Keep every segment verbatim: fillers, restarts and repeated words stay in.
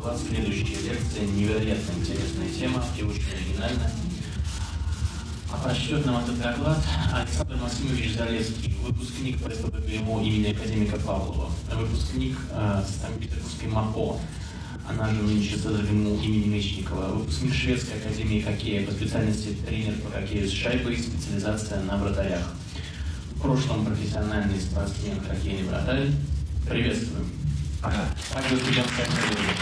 доклад, следующая лекция, невероятно интересная тема и очень оригинальная. А прочтет нам этот доклад Александр Максимович Залесский, выпускник по СПбГУ имени академика Павлова, выпускник э, Санкт-Петербургской МАПО, она же нынче СПбГУ имени Мечникова, выпускник Шведской академии хоккея по специальности тренер по хоккею с шайбой, специализация на вратарях. В прошлом профессиональный спортсмен, хоккейный вратарь. Приветствуем. Также студентская академия.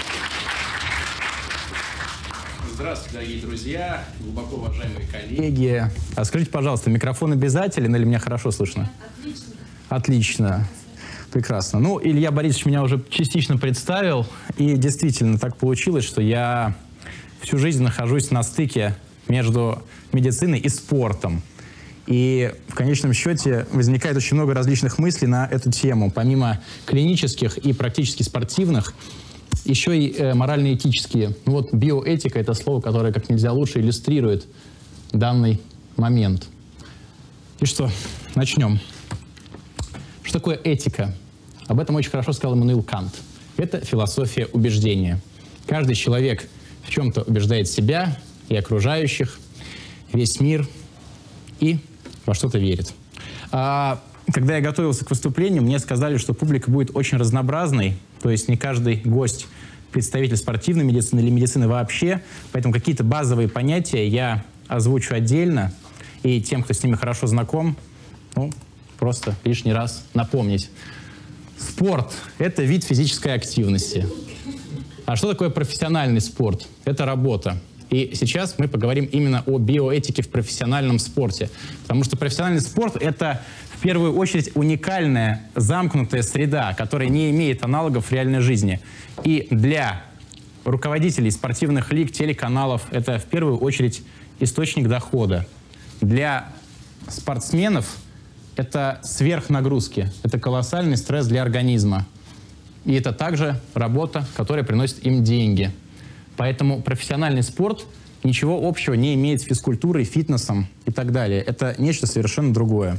Здравствуйте, дорогие друзья, глубоко уважаемые коллеги. А скажите, пожалуйста, микрофон обязателен или меня хорошо слышно? Отлично. Отлично. Прекрасно. Ну, Илья Борисович меня уже частично представил, и действительно так получилось, что я всю жизнь нахожусь на стыке между медициной и спортом. И в конечном счете возникает очень много различных мыслей на эту тему. Помимо клинических и практически спортивных, еще и э, морально-этические. Ну, вот биоэтика – это слово, которое как нельзя лучше иллюстрирует данный момент. И что, начнем. Что такое этика? Об этом очень хорошо сказал Иммануил Кант. Это философия убеждения. Каждый человек в чем-то убеждает себя и окружающих, весь мир и во что-то верит. А, когда я готовился к выступлению, мне сказали, что публика будет очень разнообразной, то есть не каждый гость представитель спортивной медицины или медицины вообще, поэтому какие-то базовые понятия я озвучу отдельно, и тем, кто с ними хорошо знаком, ну, просто лишний раз напомнить. Спорт – это вид физической активности. А что такое профессиональный спорт? Это работа. И сейчас мы поговорим именно о биоэтике в профессиональном спорте. Потому что профессиональный спорт – это в первую очередь уникальная замкнутая среда, которая не имеет аналогов в реальной жизни. И для руководителей спортивных лиг, телеканалов – это в первую очередь источник дохода. Для спортсменов – это сверхнагрузки, это колоссальный стресс для организма. И это также работа, которая приносит им деньги. Поэтому профессиональный спорт ничего общего не имеет с физкультурой, фитнесом и так далее. Это нечто совершенно другое.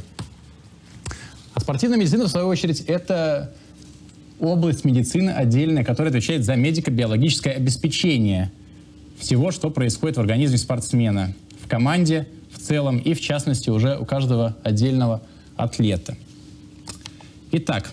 А спортивная медицина, в свою очередь, это область медицины отдельная, которая отвечает за медико-биологическое обеспечение всего, что происходит в организме спортсмена, в команде в целом и, в частности, уже у каждого отдельного атлета. Итак,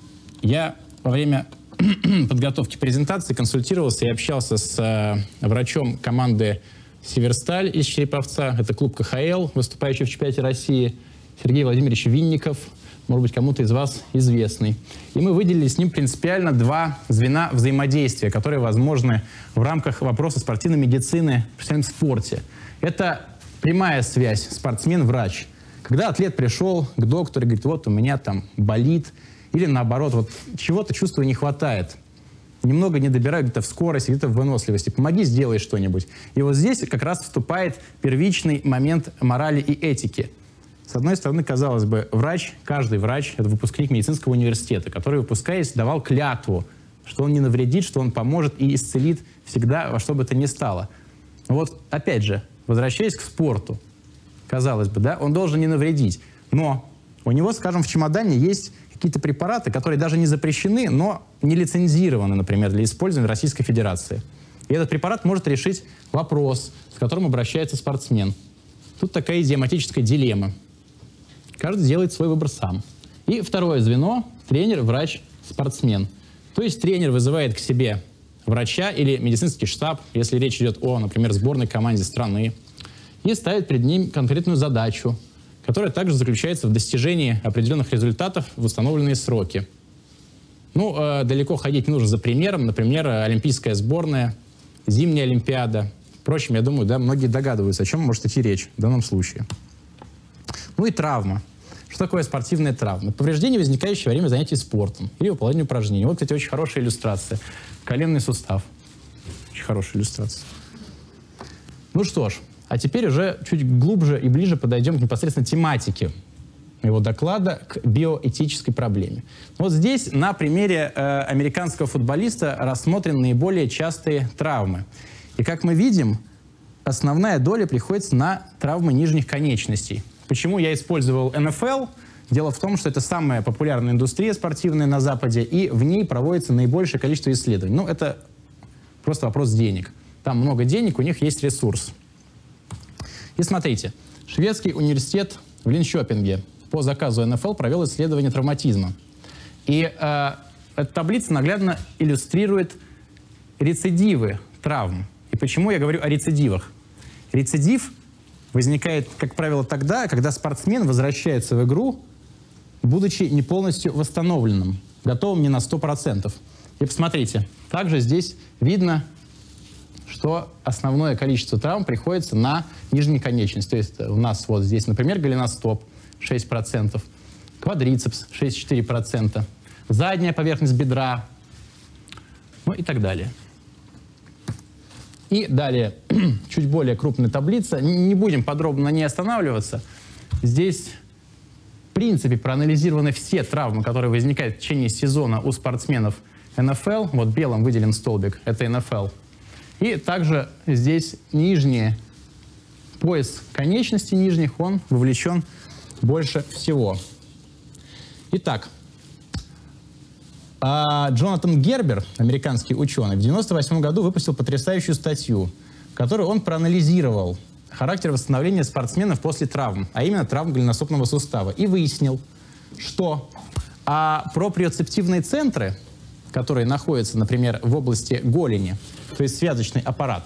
я во время подготовки презентации консультировался и общался с э, врачом команды «Северсталь» из Череповца. Это клуб ка ха эл, выступающий в чемпионате России. Сергей Владимирович Винников, может быть, кому-то из вас известный. И мы выделили с ним принципиально два звена взаимодействия, которые возможны в рамках вопроса спортивной медицины в профессиональном спорте. Это прямая связь спортсмен-врач. Когда атлет пришел к доктору и говорит, вот у меня там болит, или наоборот, вот чего-то чувствую не хватает. Немного не добираю где-то в скорости, где-то в выносливости. Помоги, сделай что-нибудь. И вот здесь как раз вступает первичный момент морали и этики. С одной стороны, казалось бы, врач, каждый врач – это выпускник медицинского университета, который, выпускаясь, давал клятву, что он не навредит, что он поможет и исцелит всегда во что бы то ни стало. Но вот, опять же, возвращаясь к спорту, казалось бы, да, он должен не навредить. Но у него, скажем, в чемодане есть какие-то препараты, которые даже не запрещены, но не лицензированы, например, для использования в Российской Федерации. И этот препарат может решить вопрос, с которым обращается спортсмен. Тут такая идиоматическая дилемма. Каждый делает свой выбор сам. И второе звено – тренер, врач, спортсмен. То есть тренер вызывает к себе врача или медицинский штаб, если речь идет о, например, сборной команде страны, и ставит перед ним конкретную задачу, которая также заключается в достижении определенных результатов в установленные сроки. Ну, э, далеко ходить не нужно за примером. Например, олимпийская сборная, зимняя олимпиада. Впрочем, я думаю, да, многие догадываются, о чем может идти речь в данном случае. Ну и травма. Что такое спортивная травма? Повреждение, возникающее во время занятий спортом или выполнения упражнений. Вот, кстати, очень хорошая иллюстрация. Коленный сустав. Очень хорошая иллюстрация. Ну что ж. А теперь уже чуть глубже и ближе подойдем к непосредственно тематике моего доклада, к биоэтической проблеме. Вот здесь на примере э, американского футболиста рассмотрены наиболее частые травмы. И как мы видим, основная доля приходится на травмы нижних конечностей. Почему я использовал эн эф эл? Дело в том, что это самая популярная индустрия спортивная на Западе, и в ней проводится наибольшее количество исследований. Ну, это просто вопрос денег. Там много денег, у них есть ресурс. И смотрите, шведский университет в Линкёпинге по заказу эн эф эл провел исследование травматизма. И э, эта таблица наглядно иллюстрирует рецидивы травм. И почему я говорю о рецидивах? Рецидив возникает, как правило, тогда, когда спортсмен возвращается в игру, будучи не полностью восстановленным, готовым не на сто процентов. И посмотрите, также здесь видно, что основное количество травм приходится на нижнюю конечность. То есть у нас вот здесь, например, голеностоп шесть процентов, квадрицепс шесть целых четыре десятых процента, задняя поверхность бедра, ну и так далее. И далее, чуть более крупная таблица. Не будем подробно на ней останавливаться. Здесь, в принципе, проанализированы все травмы, которые возникают в течение сезона у спортсменов эн эф эл. Вот белым выделен столбик, это эн эф эл. И также здесь нижний пояс конечностей нижних, он вовлечен больше всего. Итак, Джонатан Гербер, американский ученый, в девяносто восьмом году выпустил потрясающую статью, в которой он проанализировал характер восстановления спортсменов после травм, а именно травм голеностопного сустава, и выяснил, что а проприоцептивные центры, которые находятся, например, в области голени, то есть связочный аппарат,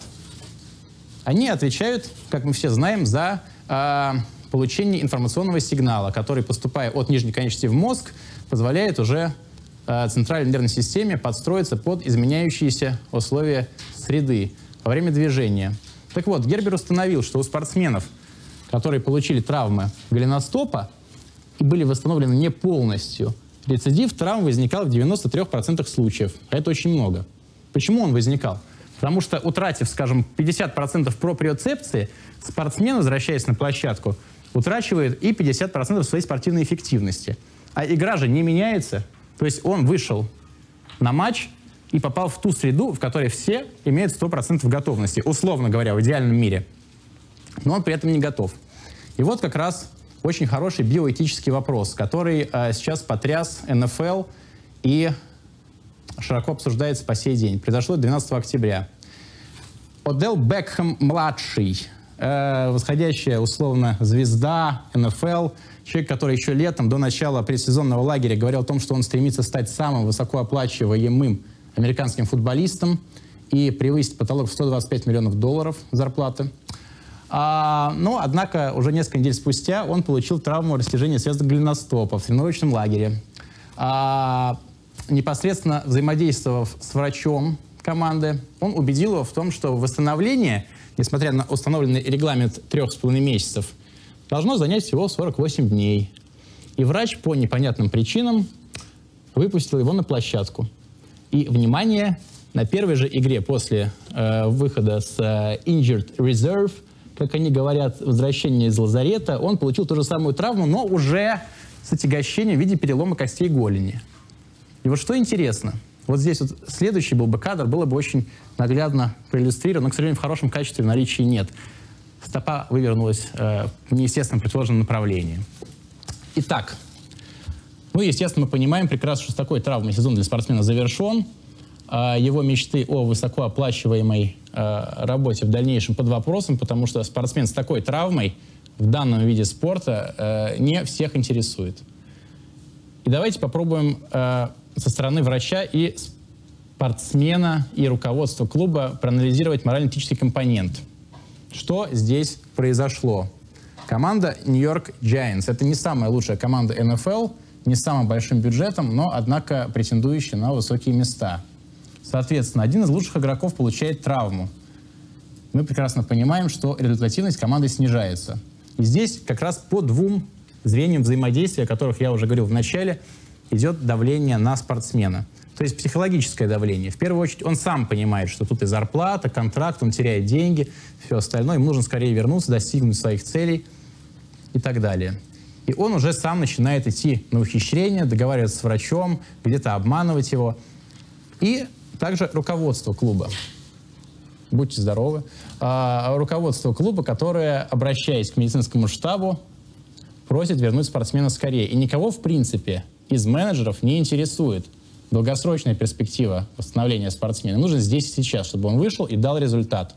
они отвечают, как мы все знаем, за а, получение информационного сигнала, который, поступая от нижней конечности в мозг, позволяет уже центральной нервной системе подстроиться под изменяющиеся условия среды во время движения. Так вот, Гербер установил, что у спортсменов, которые получили травмы голеностопа и были восстановлены не полностью, рецидив травм возникал в девяноста трёх процентах случаев. А это очень много. Почему он возникал? Потому что, утратив, скажем, пятьдесят процентов проприоцепции, спортсмен, возвращаясь на площадку, утрачивает и пятьдесят процентов своей спортивной эффективности. А игра же не меняется. То есть он вышел на матч и попал в ту среду, в которой все имеют сто процентов готовности, условно говоря, в идеальном мире. Но он при этом не готов. И вот как раз очень хороший биоэтический вопрос, который э, сейчас потряс эн эф эл и широко обсуждается по сей день. Произошло двенадцатого октября. Одел Бекхэм-младший, э, восходящая условно звезда эн эф эл, человек, который еще летом, до начала предсезонного лагеря, говорил о том, что он стремится стать самым высокооплачиваемым американским футболистом и превысить потолок в сто двадцать пять миллионов долларов зарплаты. А, но, однако, уже несколько недель спустя он получил травму растяжения связок голеностопа в тренировочном лагере. А, непосредственно взаимодействовав с врачом команды, он убедил его в том, что восстановление, несмотря на установленный регламент трех с половиной месяцев, должно занять всего сорок восемь дней. И врач по непонятным причинам выпустил его на площадку. И, внимание, на первой же игре после э, выхода с э, injured reserve, как они говорят, возвращения из лазарета, он получил ту же самую травму, но уже с отягощением в виде перелома костей голени. И вот что интересно, вот здесь вот следующий был бы кадр, было бы очень наглядно проиллюстрировано, но, к сожалению, в хорошем качестве в наличии нет. Стопа вывернулась э, в неестественном противоположном направлении. Итак, ну, естественно, мы понимаем прекрасно, что с такой травмой сезон для спортсмена завершен. Э, его мечты о высокооплачиваемой э, работе в дальнейшем под вопросом, потому что спортсмен с такой травмой в данном виде спорта э, не всех интересует. И давайте попробуем э, со стороны врача и спортсмена, и руководства клуба проанализировать морально-этический компонент. Что здесь произошло? Команда New York Giants. Это не самая лучшая команда эн эф эл, не с самым большим бюджетом, но, однако, претендующая на высокие места. Соответственно, один из лучших игроков получает травму. Мы прекрасно понимаем, что результативность команды снижается. И здесь как раз по двум звеньям взаимодействия, о которых я уже говорил в начале, идет давление на спортсмена. То есть психологическое давление. В первую очередь он сам понимает, что тут и зарплата, контракт, он теряет деньги, все остальное. Ему нужно скорее вернуться, достигнуть своих целей и так далее. И он уже сам начинает идти на ухищрения, договариваться с врачом, где-то обманывать его. И также руководство клуба. Будьте здоровы. А, руководство клуба, которое, обращаясь к медицинскому штабу, просит вернуть спортсмена скорее. И никого, в принципе, из менеджеров не интересует, долгосрочная перспектива восстановления спортсмена нужна здесь и сейчас, чтобы он вышел и дал результат.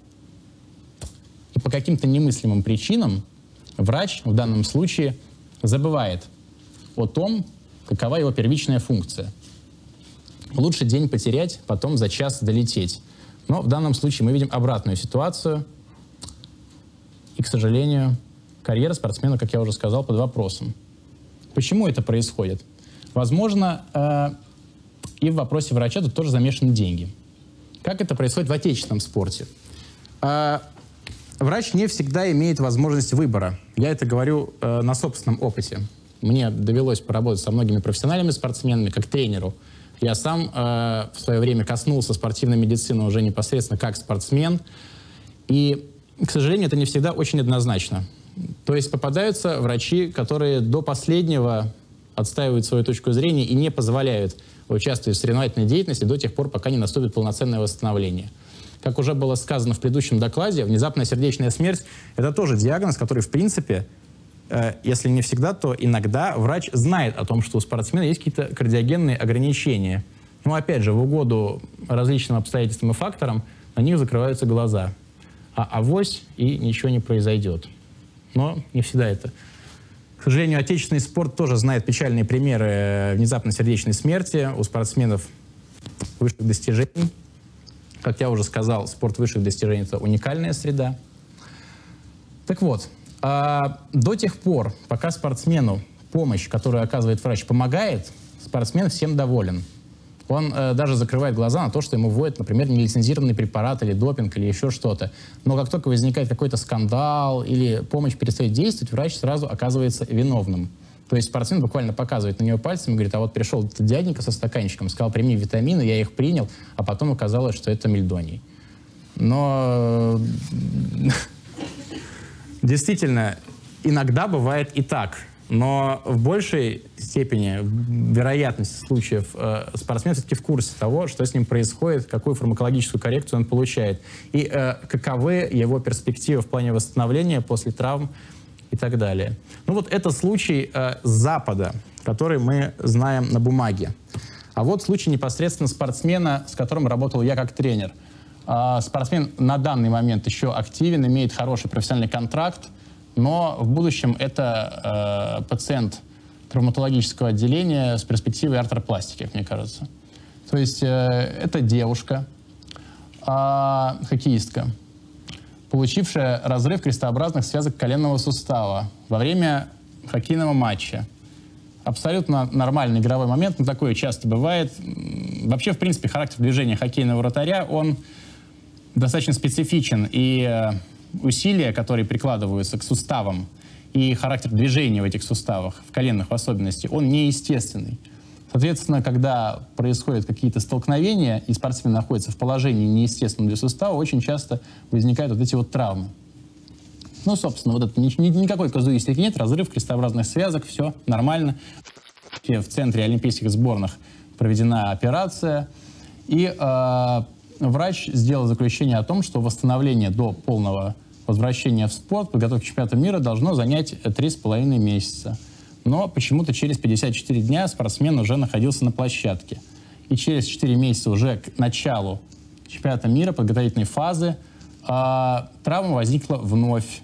И по каким-то немыслимым причинам врач в данном случае забывает о том, какова его первичная функция. Лучше день потерять, потом за час долететь. Но в данном случае мы видим обратную ситуацию. И, к сожалению, карьера спортсмена, как я уже сказал, под вопросом. Почему это происходит? Возможно, э, и в вопросе врача тут тоже замешаны деньги. Как это происходит в отечественном спорте? Э, врач не всегда имеет возможность выбора. Я это говорю э, на собственном опыте. Мне довелось поработать со многими профессиональными спортсменами, как тренеру. Я сам э, в свое время коснулся спортивной медицины уже непосредственно как спортсмен. И, к сожалению, это не всегда очень однозначно. То есть попадаются врачи, которые до последнего отстаивают свою точку зрения и не позволяют участвовать в соревновательной деятельности до тех пор, пока не наступит полноценное восстановление. Как уже было сказано в предыдущем докладе, внезапная сердечная смерть – это тоже диагноз, который, в принципе, э, если не всегда, то иногда врач знает о том, что у спортсмена есть какие-то кардиогенные ограничения. Но, опять же, в угоду различным обстоятельствам и факторам на них закрываются глаза. А авось и ничего не произойдет. Но не всегда это. К сожалению, отечественный спорт тоже знает печальные примеры внезапной сердечной смерти у спортсменов высших достижений. Как я уже сказал, спорт высших достижений – это уникальная среда. Так вот, а до тех пор, пока спортсмену помощь, которую оказывает врач, помогает, спортсмен всем доволен. Он э, даже закрывает глаза на то, что ему вводят, например, нелицензированный препарат или допинг, или еще что-то. Но как только возникает какой-то скандал или помощь перестает действовать, врач сразу оказывается виновным. То есть спортсмен буквально показывает на него пальцем и говорит: а вот пришел этот дяденька со стаканчиком, сказал: прими витамины, я их принял, а потом оказалось, что это мельдоний. Но действительно, иногда бывает и так. Но в большей степени вероятность случаев э, спортсмен все-таки в курсе того, что с ним происходит, какую фармакологическую коррекцию он получает, и э, каковы его перспективы в плане восстановления после травм и так далее. Ну вот это случай э, с Запада, который мы знаем на бумаге. А вот случай непосредственно спортсмена, с которым работал я как тренер. Э, спортсмен на данный момент еще активен, имеет хороший профессиональный контракт, но в будущем это э, пациент травматологического отделения с перспективой артропластики, как мне кажется. То есть э, это девушка, э, хоккеистка, получившая разрыв крестообразных связок коленного сустава во время хоккейного матча. Абсолютно нормальный игровой момент, но такое часто бывает. Вообще, в принципе, характер движения хоккейного вратаря, он достаточно специфичен, и э, усилия, которые прикладываются к суставам, и характер движения в этих суставах, в коленных в особенности, он неестественный. Соответственно, когда происходят какие-то столкновения, и спортсмен находится в положении неестественном для сустава, очень часто возникают вот эти вот травмы. Ну, собственно, вот это ни, ни, никакой казуистики нет, разрыв крестообразных связок, все нормально. В центре олимпийских сборных проведена операция, и э, врач сделал заключение о том, что восстановление до полного возвращения в спорт, подготовка к чемпионату мира должно занять три с половиной месяца. Но почему-то через пятьдесят четыре дня спортсмен уже находился на площадке. И через четыре месяца уже к началу чемпионата мира, подготовительной фазы, э, травма возникла вновь.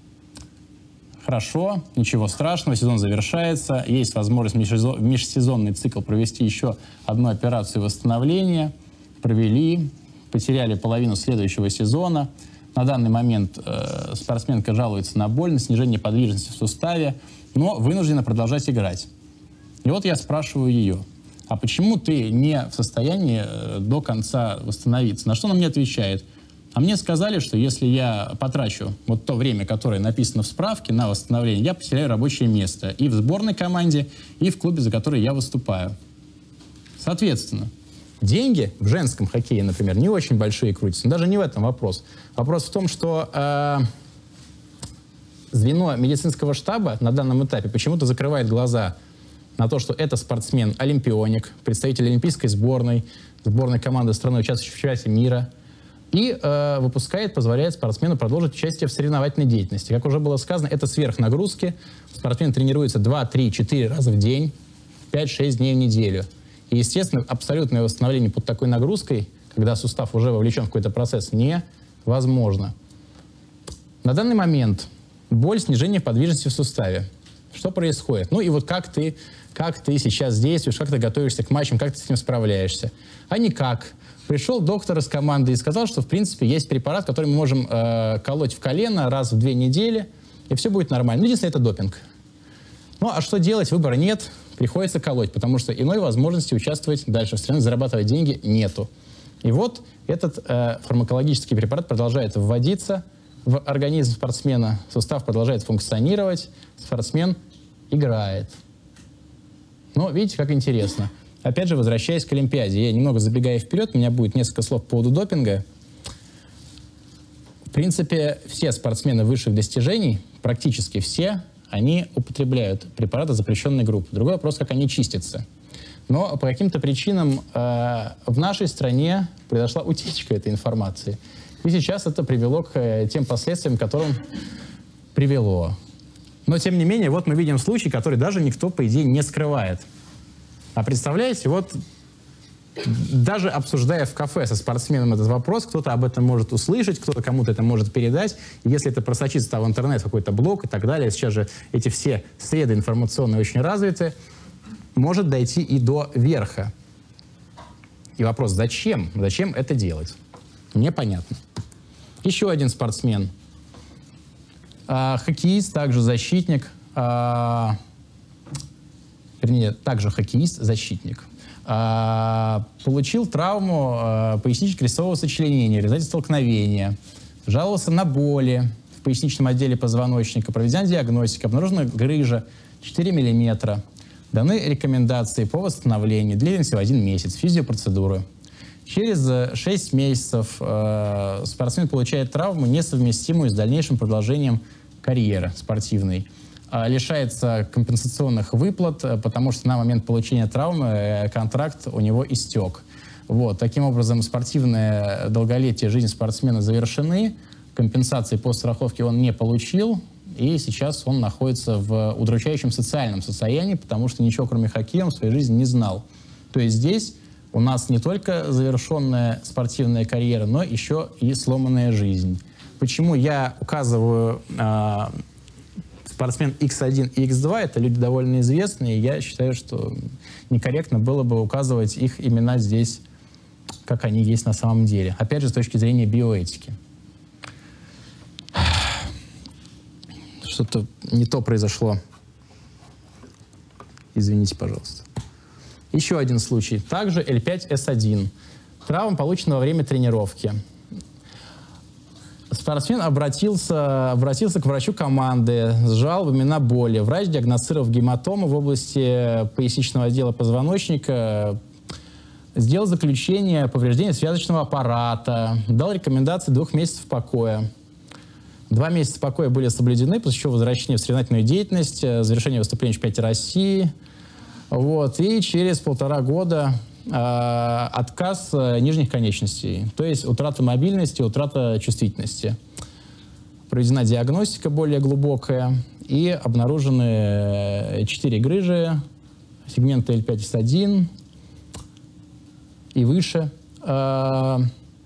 Хорошо, ничего страшного, сезон завершается, есть возможность в межсезонный цикл провести еще одну операцию восстановления. Провели, потеряли половину следующего сезона. На данный момент э, спортсменка жалуется на боль, на снижение подвижности в суставе, но вынуждена продолжать играть. И вот я спрашиваю ее: а почему ты не в состоянии э, до конца восстановиться? На что она мне отвечает: а мне сказали, что если я потрачу вот то время, которое написано в справке на восстановление, я потеряю рабочее место и в сборной команде, и в клубе, за который я выступаю. Соответственно, деньги в женском хоккее, например, не очень большие крутятся. Но даже не в этом вопрос. Вопрос в том, что э, звено медицинского штаба на данном этапе почему-то закрывает глаза на то, что это спортсмен-олимпионик, представитель олимпийской сборной, сборной команды страны, участвующей в чемпионате мира, и э, выпускает, позволяет спортсмену продолжить участие в соревновательной деятельности. Как уже было сказано, это сверхнагрузки. Спортсмен тренируется два, три, четыре раза в день, пять-шесть дней в неделю. И, естественно, абсолютное восстановление под такой нагрузкой, когда сустав уже вовлечен в какой-то процесс, невозможно. На данный момент боль, снижение подвижности в суставе. Что происходит? Ну и вот как ты, как ты сейчас действуешь, как ты готовишься к матчам, как ты с этим справляешься? А никак. Пришел доктор из команды и сказал, что, в принципе, есть препарат, который мы можем э, колоть в колено раз в две недели, и все будет нормально. Ну, единственное, это допинг. Ну, а что делать? Выбора нет. Приходится колоть, потому что иной возможности участвовать дальше в стране, зарабатывать деньги нету. И вот этот э, фармакологический препарат продолжает вводиться в организм спортсмена, сустав продолжает функционировать, спортсмен играет. Но видите, как интересно. Опять же, возвращаясь к Олимпиаде, я немного забегая вперед, у меня будет несколько слов по поводу допинга. В принципе, все спортсмены высших достижений, практически все, они употребляют препараты запрещенной группы. Другой вопрос, как они чистятся. Но по каким-то причинам э, в нашей стране произошла утечка этой информации. И сейчас это привело к э, тем последствиям, к которым привело. Но, тем не менее, вот мы видим случай, который даже никто, по идее, не скрывает. А представляете, вот даже обсуждая в кафе со спортсменом этот вопрос, кто-то об этом может услышать, кто-то кому-то это может передать. И если это просочится в интернет, в какой-то блог и так далее, сейчас же эти все среды информационные очень развиты, может дойти и до верха. И вопрос, зачем? Зачем это делать? Непонятно. Еще один спортсмен. А, хоккеист, также защитник. А, вернее, также хоккеист, защитник. А, получил травму а, пояснично-крестцового сочленения в результате столкновения. Жаловался на боли в поясничном отделе позвоночника. Проведена диагностика. Обнаружена грыжа четыре миллиметра. Даны рекомендации по восстановлению длительностью в один месяц, физиопроцедуры. Через шесть месяцев э, спортсмен получает травму, несовместимую с дальнейшим продолжением карьеры спортивной. Э, лишается компенсационных выплат, потому что на момент получения травмы э, контракт у него истек. Вот. Таким образом, спортивное долголетие жизни спортсмена завершены, компенсации по страховке он не получил, и сейчас он находится в удручающем социальном состоянии, потому что ничего, кроме хоккея, он в своей жизни не знал. То есть здесь у нас не только завершенная спортивная карьера, но еще и сломанная жизнь. Почему я указываю э, спортсмен икс один и икс два, это люди довольно известные, я считаю, что некорректно было бы указывать их имена здесь, как они есть на самом деле. Опять же, с точки зрения биоэтики. Что-то не то произошло. Извините, пожалуйста. Еще один случай. Также эл пять эс один. Травма получена во время тренировки. Спортсмен обратился, обратился к врачу команды с жалобами на боли. Врач, диагностировав гематому в области поясничного отдела позвоночника, сделал заключение повреждения связочного аппарата, дал рекомендации двух месяцев покоя. Два месяца покоя были соблюдены, после чего возвращение в соревновательную деятельность, завершение выступления в чемпионате России. Вот. И через полтора года э, отказ нижних конечностей, то есть утрата мобильности, утрата чувствительности. Проведена диагностика более глубокая, и обнаружены четыре грыжи, сегменты эл пять эс один и выше. Э,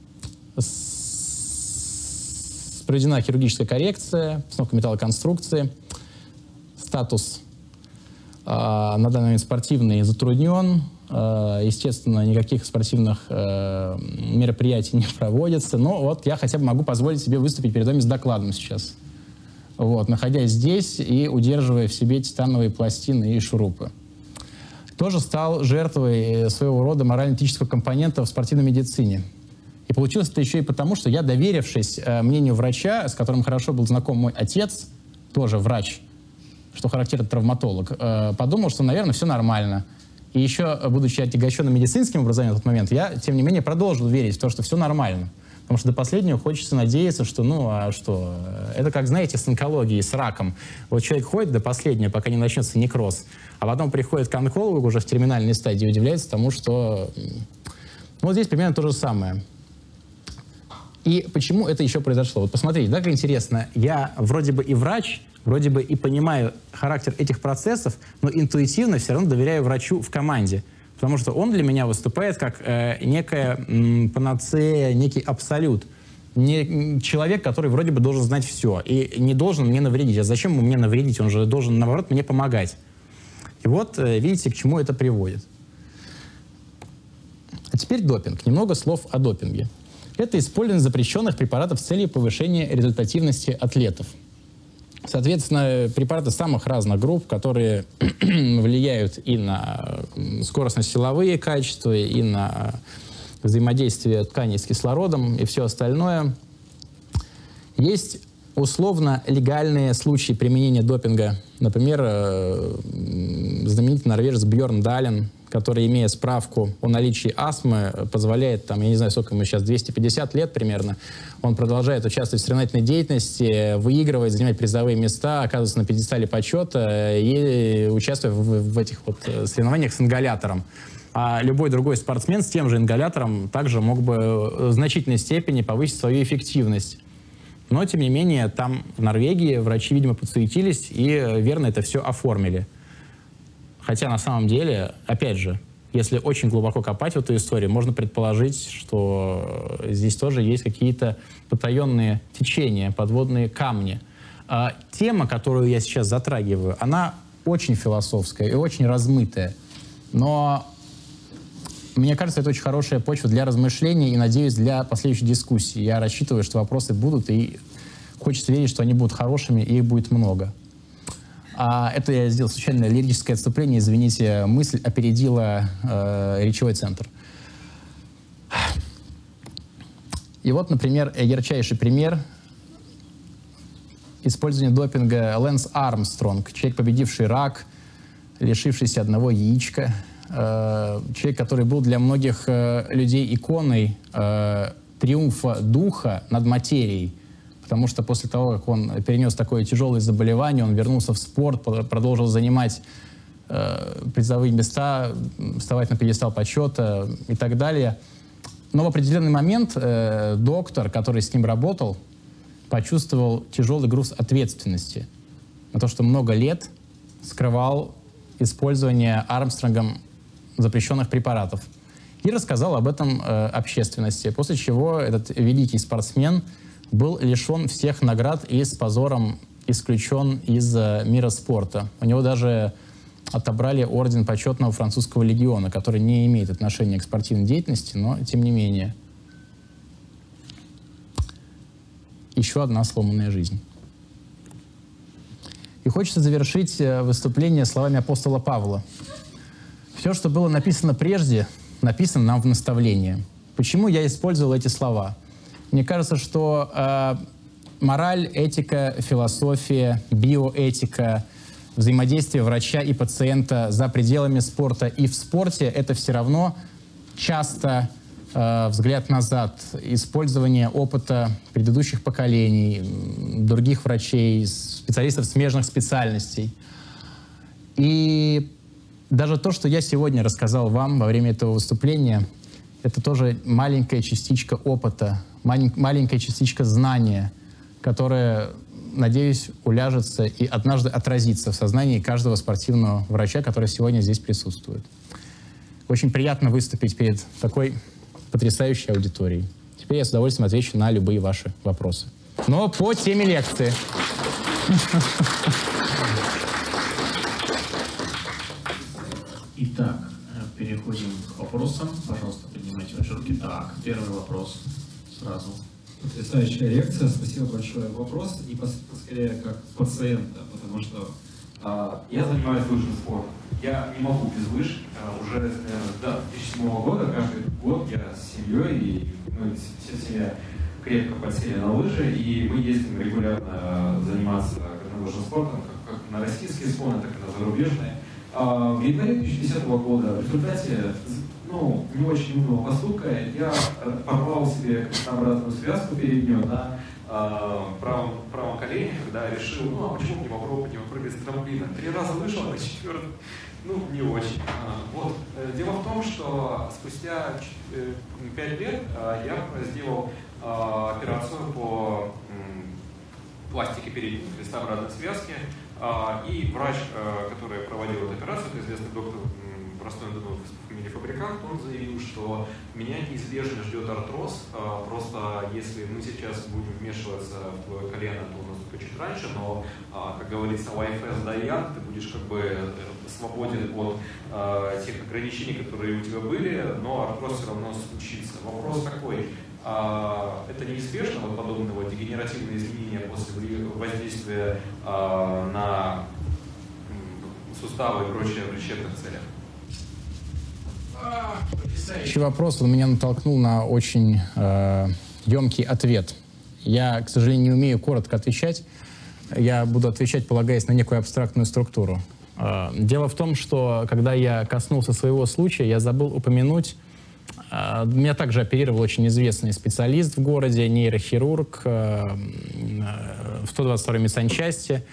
Проведена хирургическая коррекция, постановка металлоконструкции. Статус э, на данный момент спортивный затруднен. Э, естественно, никаких спортивных э, мероприятий не проводится. Но вот я хотя бы могу позволить себе выступить перед вами с докладом сейчас. Вот, находясь здесь и удерживая в себе титановые пластины и шурупы. Тоже стал жертвой своего рода морально-этического компонента в спортивной медицине. И получилось это еще и потому, что я, доверившись э, мнению врача, с которым хорошо был знаком мой отец, тоже врач, что характерно травматолог, э, подумал, что, наверное, все нормально. И еще, будучи отягощенным медицинским образованием в тот момент, я, тем не менее, продолжил верить в то, что все нормально. Потому что до последнего хочется надеяться, что, ну, а что? Это как, знаете, с онкологией, с раком. Вот человек ходит до последнего, пока не начнется некроз, а потом приходит к онкологу уже в терминальной стадии и удивляется тому, что... Ну, вот здесь примерно то же самое. И почему это еще произошло? Вот посмотрите, да, как интересно. Я вроде бы и врач, вроде бы и понимаю характер этих процессов, но интуитивно все равно доверяю врачу в команде. Потому что он для меня выступает как э, некая м, панацея, некий абсолют. Не, человек, который вроде бы должен знать все и не должен мне навредить. А зачем ему мне навредить? Он же должен, наоборот, мне помогать. И вот э, видите, к чему это приводит. А теперь допинг. Немного слов о допинге. Это использование запрещенных препаратов с целью повышения результативности атлетов. Соответственно, препараты самых разных групп, которые влияют и на скоростно-силовые качества, и на взаимодействие тканей с кислородом, и все остальное. Есть условно легальные случаи применения допинга. Например, знаменитый норвежец Бьорн Дален, который, имея справку о наличии астмы, позволяет, там, я не знаю, сколько ему сейчас, двести пятьдесят лет примерно, он продолжает участвовать в соревновательной деятельности, выигрывать, занимать призовые места, оказываться на пьедестале почета и участвовать в, в этих вот соревнованиях с ингалятором. А любой другой спортсмен с тем же ингалятором также мог бы в значительной степени повысить свою эффективность. Но, тем не менее, там, в Норвегии, врачи, видимо, подсуетились и верно это все оформили. Хотя, на самом деле, опять же, если очень глубоко копать в эту историю, можно предположить, что здесь тоже есть какие-то потаенные течения, подводные камни. А тема, которую я сейчас затрагиваю, она очень философская и очень размытая. Но мне кажется, это очень хорошая почва для размышлений и, надеюсь, для последующей дискуссии. Я рассчитываю, что вопросы будут, и хочется верить, что они будут хорошими, и их будет много. А это я сделал случайно лирическое отступление. Извините, мысль опередила э, речевой центр. И вот, например, ярчайший пример использования допинга. Лэнс Армстронг, человек, победивший рак, лишившийся одного яичка. Э, человек, который был для многих э, людей иконой э, триумфа духа над материей. Потому что после того, как он перенес такое тяжелое заболевание, он вернулся в спорт, продолжил занимать э, призовые места, вставать на пьедестал почета и так далее. Но в определенный момент э, доктор, который с ним работал, почувствовал тяжелый груз ответственности на то, что много лет скрывал использование Армстронгом запрещенных препаратов. И рассказал об этом э, общественности, после чего этот великий спортсмен был лишен всех наград и с позором исключен из uh, мира спорта. У него даже отобрали орден почетного французского легиона, который не имеет отношения к спортивной деятельности, но тем не менее. Еще одна сломанная жизнь. И хочется завершить выступление словами апостола Павла. Все, что было написано прежде, написано нам в наставлении. Почему я использовал эти слова? Мне кажется, что э, мораль, этика, философия, биоэтика, взаимодействие врача и пациента за пределами спорта и в спорте — это все равно часто э, взгляд назад, использование опыта предыдущих поколений, других врачей, специалистов смежных специальностей. И даже то, что я сегодня рассказал вам во время этого выступления, это тоже маленькая частичка опыта, маленькая частичка знания, которая, надеюсь, уляжется и однажды отразится в сознании каждого спортивного врача, который сегодня здесь присутствует. Очень приятно выступить перед такой потрясающей аудиторией. Теперь я с удовольствием отвечу на любые ваши вопросы. Но по теме лекции. Итак, переходим к вопросам. Пожалуйста, поднимайте ваши руки. Так, первый вопрос сразу. Потрясающая лекция, спасибо большое. Вопрос непосредственно скорее как пациента, потому что а, я занимаюсь лыжным спортом. Я не могу без лыж. А, уже наверное, до две тысячи седьмого года, каждый год я с семьей, и мы вся семья крепко подсели на лыжи, и мы ездим регулярно заниматься горнолыжным спортом, как, как на российские склоны, так и на зарубежные. А, в январе две тысячи десятого года в результате ну, не очень умного поступка я порвал себе крестообразную связку переднюю на э, правом, правом колене, когда решил, ну а почему не попробовать не попрыгать с трамплина. Три раза вышел, а на четвертый, ну, не очень. А, вот. Дело в том, что спустя пять лет э, я сделал э, операцию по э, пластике передней крестообразной связки, э, и врач, э, который проводил эту операцию, это известный доктор простой ну, фамилия-фабрикант, он заявил, что меня неизбежно ждет артроз, просто если мы сейчас будем вмешиваться в твое колено, то у нас только чуть раньше, но, как говорится, life as die, ты будешь как бы свободен от тех ограничений, которые у тебя были, но артроз все равно случится. Вопрос такой, это неизбежно, вот подобные вот дегенеративные изменения после воздействия на суставы и прочее в лечебных целях? Потрясающий вопрос, он меня натолкнул на очень э, емкий ответ. Я, к сожалению, не умею коротко отвечать. Я буду отвечать, полагаясь на некую абстрактную структуру. Э, дело в том, что когда я коснулся своего случая, я забыл упомянуть, э, меня также оперировал очень известный специалист в городе, нейрохирург э, в сто двадцать второй медсанчасти.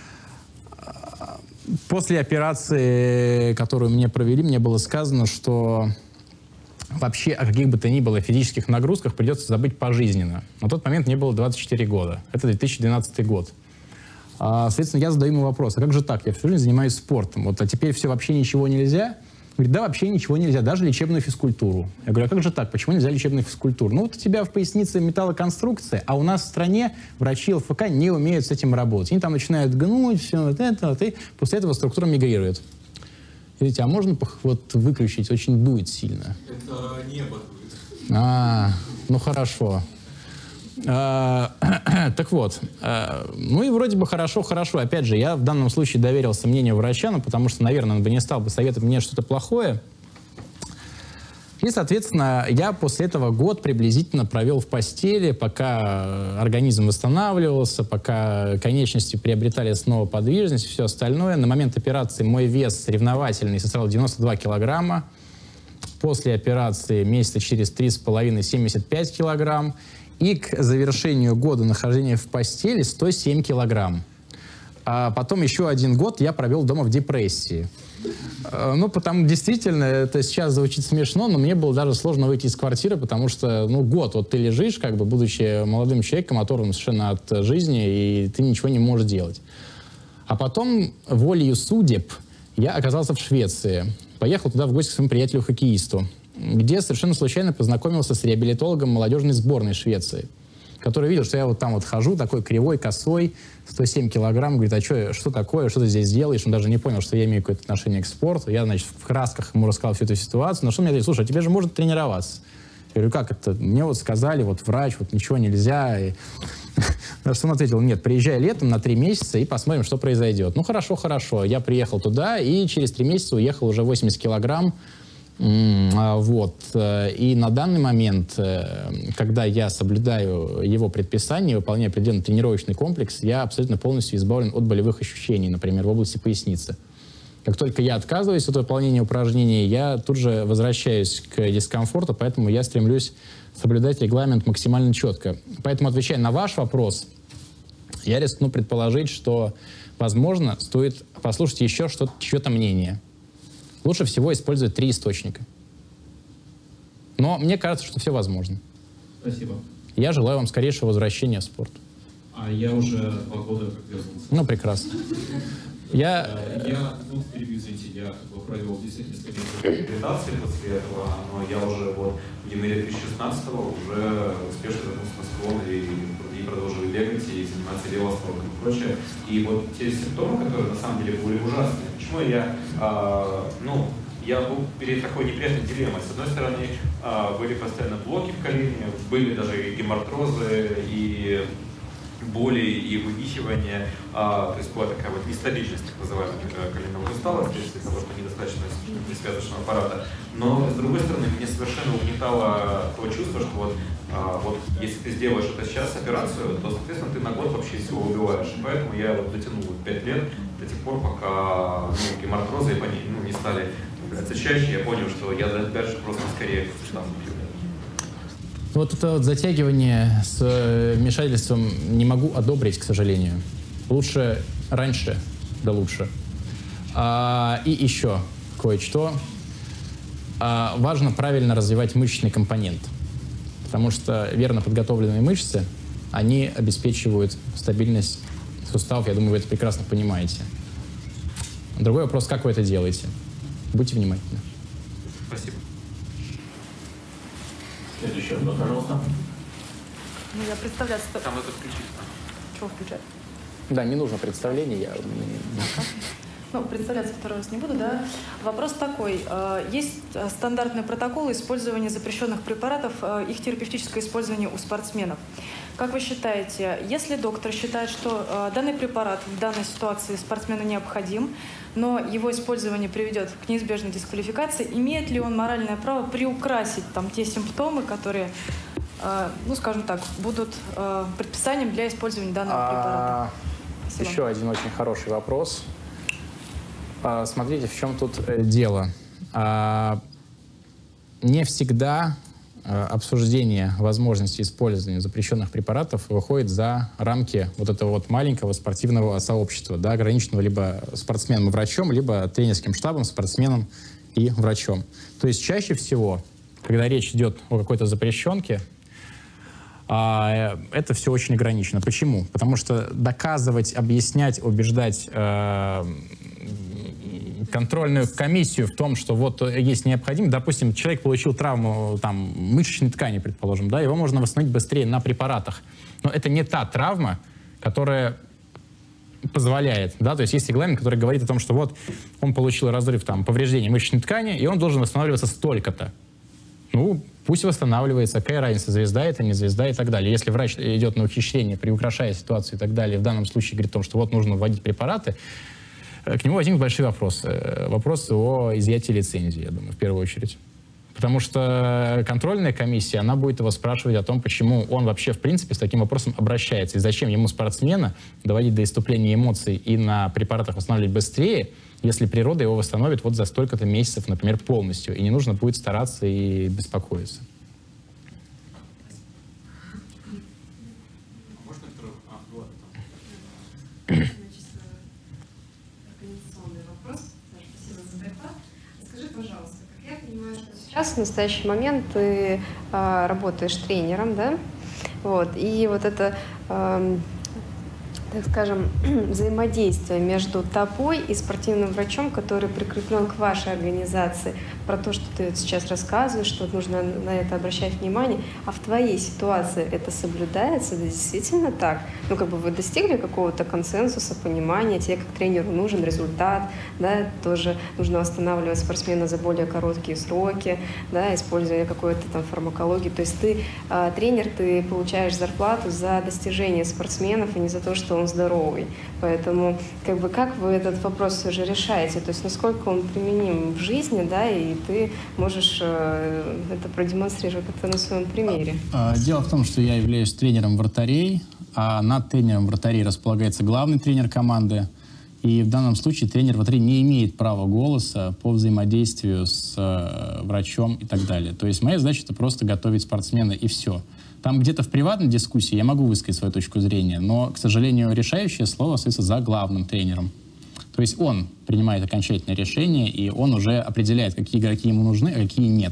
После операции, которую мне провели, мне было сказано, что вообще о каких бы то ни было физических нагрузках придется забыть пожизненно. На тот момент мне было двадцать четыре года. Это две тысячи двенадцатый год. А, соответственно, я задаю ему вопрос, а как же так? Я всю жизнь занимаюсь спортом. Вот, а теперь все, вообще ничего нельзя? Говорит, да, вообще ничего нельзя, даже лечебную физкультуру. Я говорю, а как же так? Почему нельзя лечебную физкультуру? Ну вот у тебя в пояснице металлоконструкция, а у нас в стране врачи ЛФК не умеют с этим работать. Они там начинают гнуть, все вот это, вот, и после этого структура мигрирует. Видите, а можно вот выключить? Очень дует сильно. Это небо дует. А, ну хорошо. А, так вот, а, ну и вроде бы хорошо-хорошо. Опять же, я в данном случае доверился мнению врача, ну, потому что, наверное, он бы не стал бы советовать мне что-то плохое. И, соответственно, я после этого год приблизительно провел в постели, пока организм восстанавливался, пока конечности приобретали снова подвижность и все остальное. На момент операции мой вес соревновательный составлял девяносто два килограмма. После операции месяца через три с половиной семьдесят пять килограмм. И к завершению года нахождения в постели сто семь килограмм. А потом еще один год я провел дома в депрессии. Ну, потому действительно, это сейчас звучит смешно, но мне было даже сложно выйти из квартиры, потому что, ну, год вот ты лежишь, как бы, будучи молодым человеком, оторванным совершенно от жизни, и ты ничего не можешь делать. А потом, волею судеб, я оказался в Швеции. Поехал туда в гости к своему приятелю-хоккеисту, где совершенно случайно познакомился с реабилитологом молодежной сборной Швеции, который видел, что я вот там вот хожу, такой кривой, косой, сто семь килограмм, говорит, а что, что такое, что ты здесь делаешь? Он даже не понял, что я имею какое-то отношение к спорту. Я, значит, в красках ему рассказал всю эту ситуацию. На что он мне говорит, слушай, а тебе же можно тренироваться. Я говорю, как это? Мне вот сказали, вот врач, вот ничего нельзя. И... На что он ответил, нет, приезжай летом на три месяца и посмотрим, что произойдет. Ну, хорошо, хорошо. Я приехал туда и через три месяца уехал уже восемьдесят килограмм. Вот. И на данный момент, когда я соблюдаю его предписание, выполняю определенный тренировочный комплекс, я абсолютно полностью избавлен от болевых ощущений, например, в области поясницы. Как только я отказываюсь от выполнения упражнений, я тут же возвращаюсь к дискомфорту, поэтому я стремлюсь соблюдать регламент максимально четко. Поэтому, отвечая на ваш вопрос, я рискну предположить, что, возможно, стоит послушать еще что-то, чье-то мнение. Лучше всего использовать три источника. Но мне кажется, что все возможно. Спасибо. Я желаю вам скорейшего возвращения в спорт. А я уже два года как вернулся. Ну, прекрасно. Я... Я, ну, перебью, извините, я как бы провел действительно несколько месяцев реабилитации после этого, но я уже вот в январе две тысячи шестнадцатого уже успешно вернулся на склон и, и продолжил бегать, и заниматься велоспортом и прочее. И вот те симптомы, которые на самом деле были ужасные, почему я, а, ну, я был перед такой неприятной дилеммой. С одной стороны, а, были постоянно блоки в колене, были даже и гемартрозы, и боли и вывихивания, а, то есть была такая вот нестабильность, так называемая, коленного сустава, вследствие того, что недостаточность связочного аппарата. Но, с другой стороны, меня совершенно угнетало то чувство, что вот, а, вот если ты сделаешь это сейчас, операцию, то, соответственно, ты на год вообще всего убиваешь. И поэтому я вот дотянул пять лет до тех пор, пока ну, гемартрозы ну, не стали появляться чаще, я понял, что я дальше просто скорее сустав убью. Вот это вот затягивание с вмешательством не могу одобрить, к сожалению. Лучше раньше, да лучше. А, и еще кое-что. А, важно правильно развивать мышечный компонент, потому что верно подготовленные мышцы, они обеспечивают стабильность суставов. Я думаю, вы это прекрасно понимаете. Другой вопрос, как вы это делаете. Будьте внимательны. Спасибо. Следующий вопрос, пожалуйста. Ну, я представляться... Там это включить. Чего включать? Да, не нужно представление. Я... Ну, представляться второй раз не буду, да. Вопрос такой. Есть стандартные протоколы использования запрещенных препаратов, их терапевтическое использование у спортсменов. Как вы считаете, если доктор считает, что данный препарат в данной ситуации спортсмену необходим, но его использование приведет к неизбежной дисквалификации, имеет ли он моральное право приукрасить там те симптомы, которые, ну, скажем так, будут предписанием для использования данного препарата? А, еще один очень хороший вопрос. А, смотрите, в чем тут э, дело. А, не всегда а, обсуждение возможности использования запрещенных препаратов выходит за рамки вот этого вот маленького спортивного сообщества, да, ограниченного либо спортсменом и врачом, либо тренерским штабом, спортсменом и врачом. То есть чаще всего, когда речь идет о какой-то запрещенке, а, это все очень ограничено. Почему? Потому что доказывать, объяснять, убеждать э, контрольную комиссию в том, что вот есть необходимость, допустим, человек получил травму там, мышечной ткани, предположим, да, его можно восстановить быстрее на препаратах. Но это не та травма, которая позволяет, да, то есть есть регламент, который говорит о том, что вот он получил разрыв, там, повреждение мышечной ткани, и он должен восстанавливаться столько-то. Ну, пусть восстанавливается, какая разница, звезда это, не звезда и так далее. Если врач идет на ухищрение, приукрашая ситуацию и так далее, в данном случае говорит о том, что вот нужно вводить препараты, к нему возникнут большие вопросы. Вопросы о изъятии лицензии, я думаю, в первую очередь. Потому что контрольная комиссия, она будет его спрашивать о том, почему он вообще, в принципе, с таким вопросом обращается. И зачем ему, спортсмена, доводить до иступления эмоций и на препаратах восстанавливать быстрее, если природа его восстановит вот за столько-то месяцев, например, полностью. И не нужно будет стараться и беспокоиться. Сейчас, в настоящий момент, ты э, работаешь тренером, да, вот, и вот это, э, так скажем, взаимодействие между тобой и спортивным врачом, который прикреплен к вашей организации, про то, что ты сейчас рассказываешь, что нужно на это обращать внимание, а в твоей ситуации это соблюдается, это действительно так? Ну, как бы вы достигли какого-то консенсуса, понимания, тебе как тренеру нужен результат, да, тоже нужно восстанавливать спортсмена за более короткие сроки, да, используя какую-то там фармакологию, то есть ты э, тренер, ты получаешь зарплату за достижение спортсменов, и не за то, что он здоровый, поэтому как бы как вы этот вопрос все же решаете, то есть насколько он применим в жизни, да, и ты можешь э, это продемонстрировать как-то на своем примере. Дело в том, что я являюсь тренером вратарей, а над тренером вратарей располагается главный тренер команды. И в данном случае тренер вратарей не имеет права голоса по взаимодействию с э, врачом и так далее. То есть моя задача — это просто готовить спортсмена, и все. Там где-то в приватной дискуссии я могу высказать свою точку зрения, но, к сожалению, решающее слово остается за главным тренером. То есть он принимает окончательное решение, и он уже определяет, какие игроки ему нужны, а какие нет.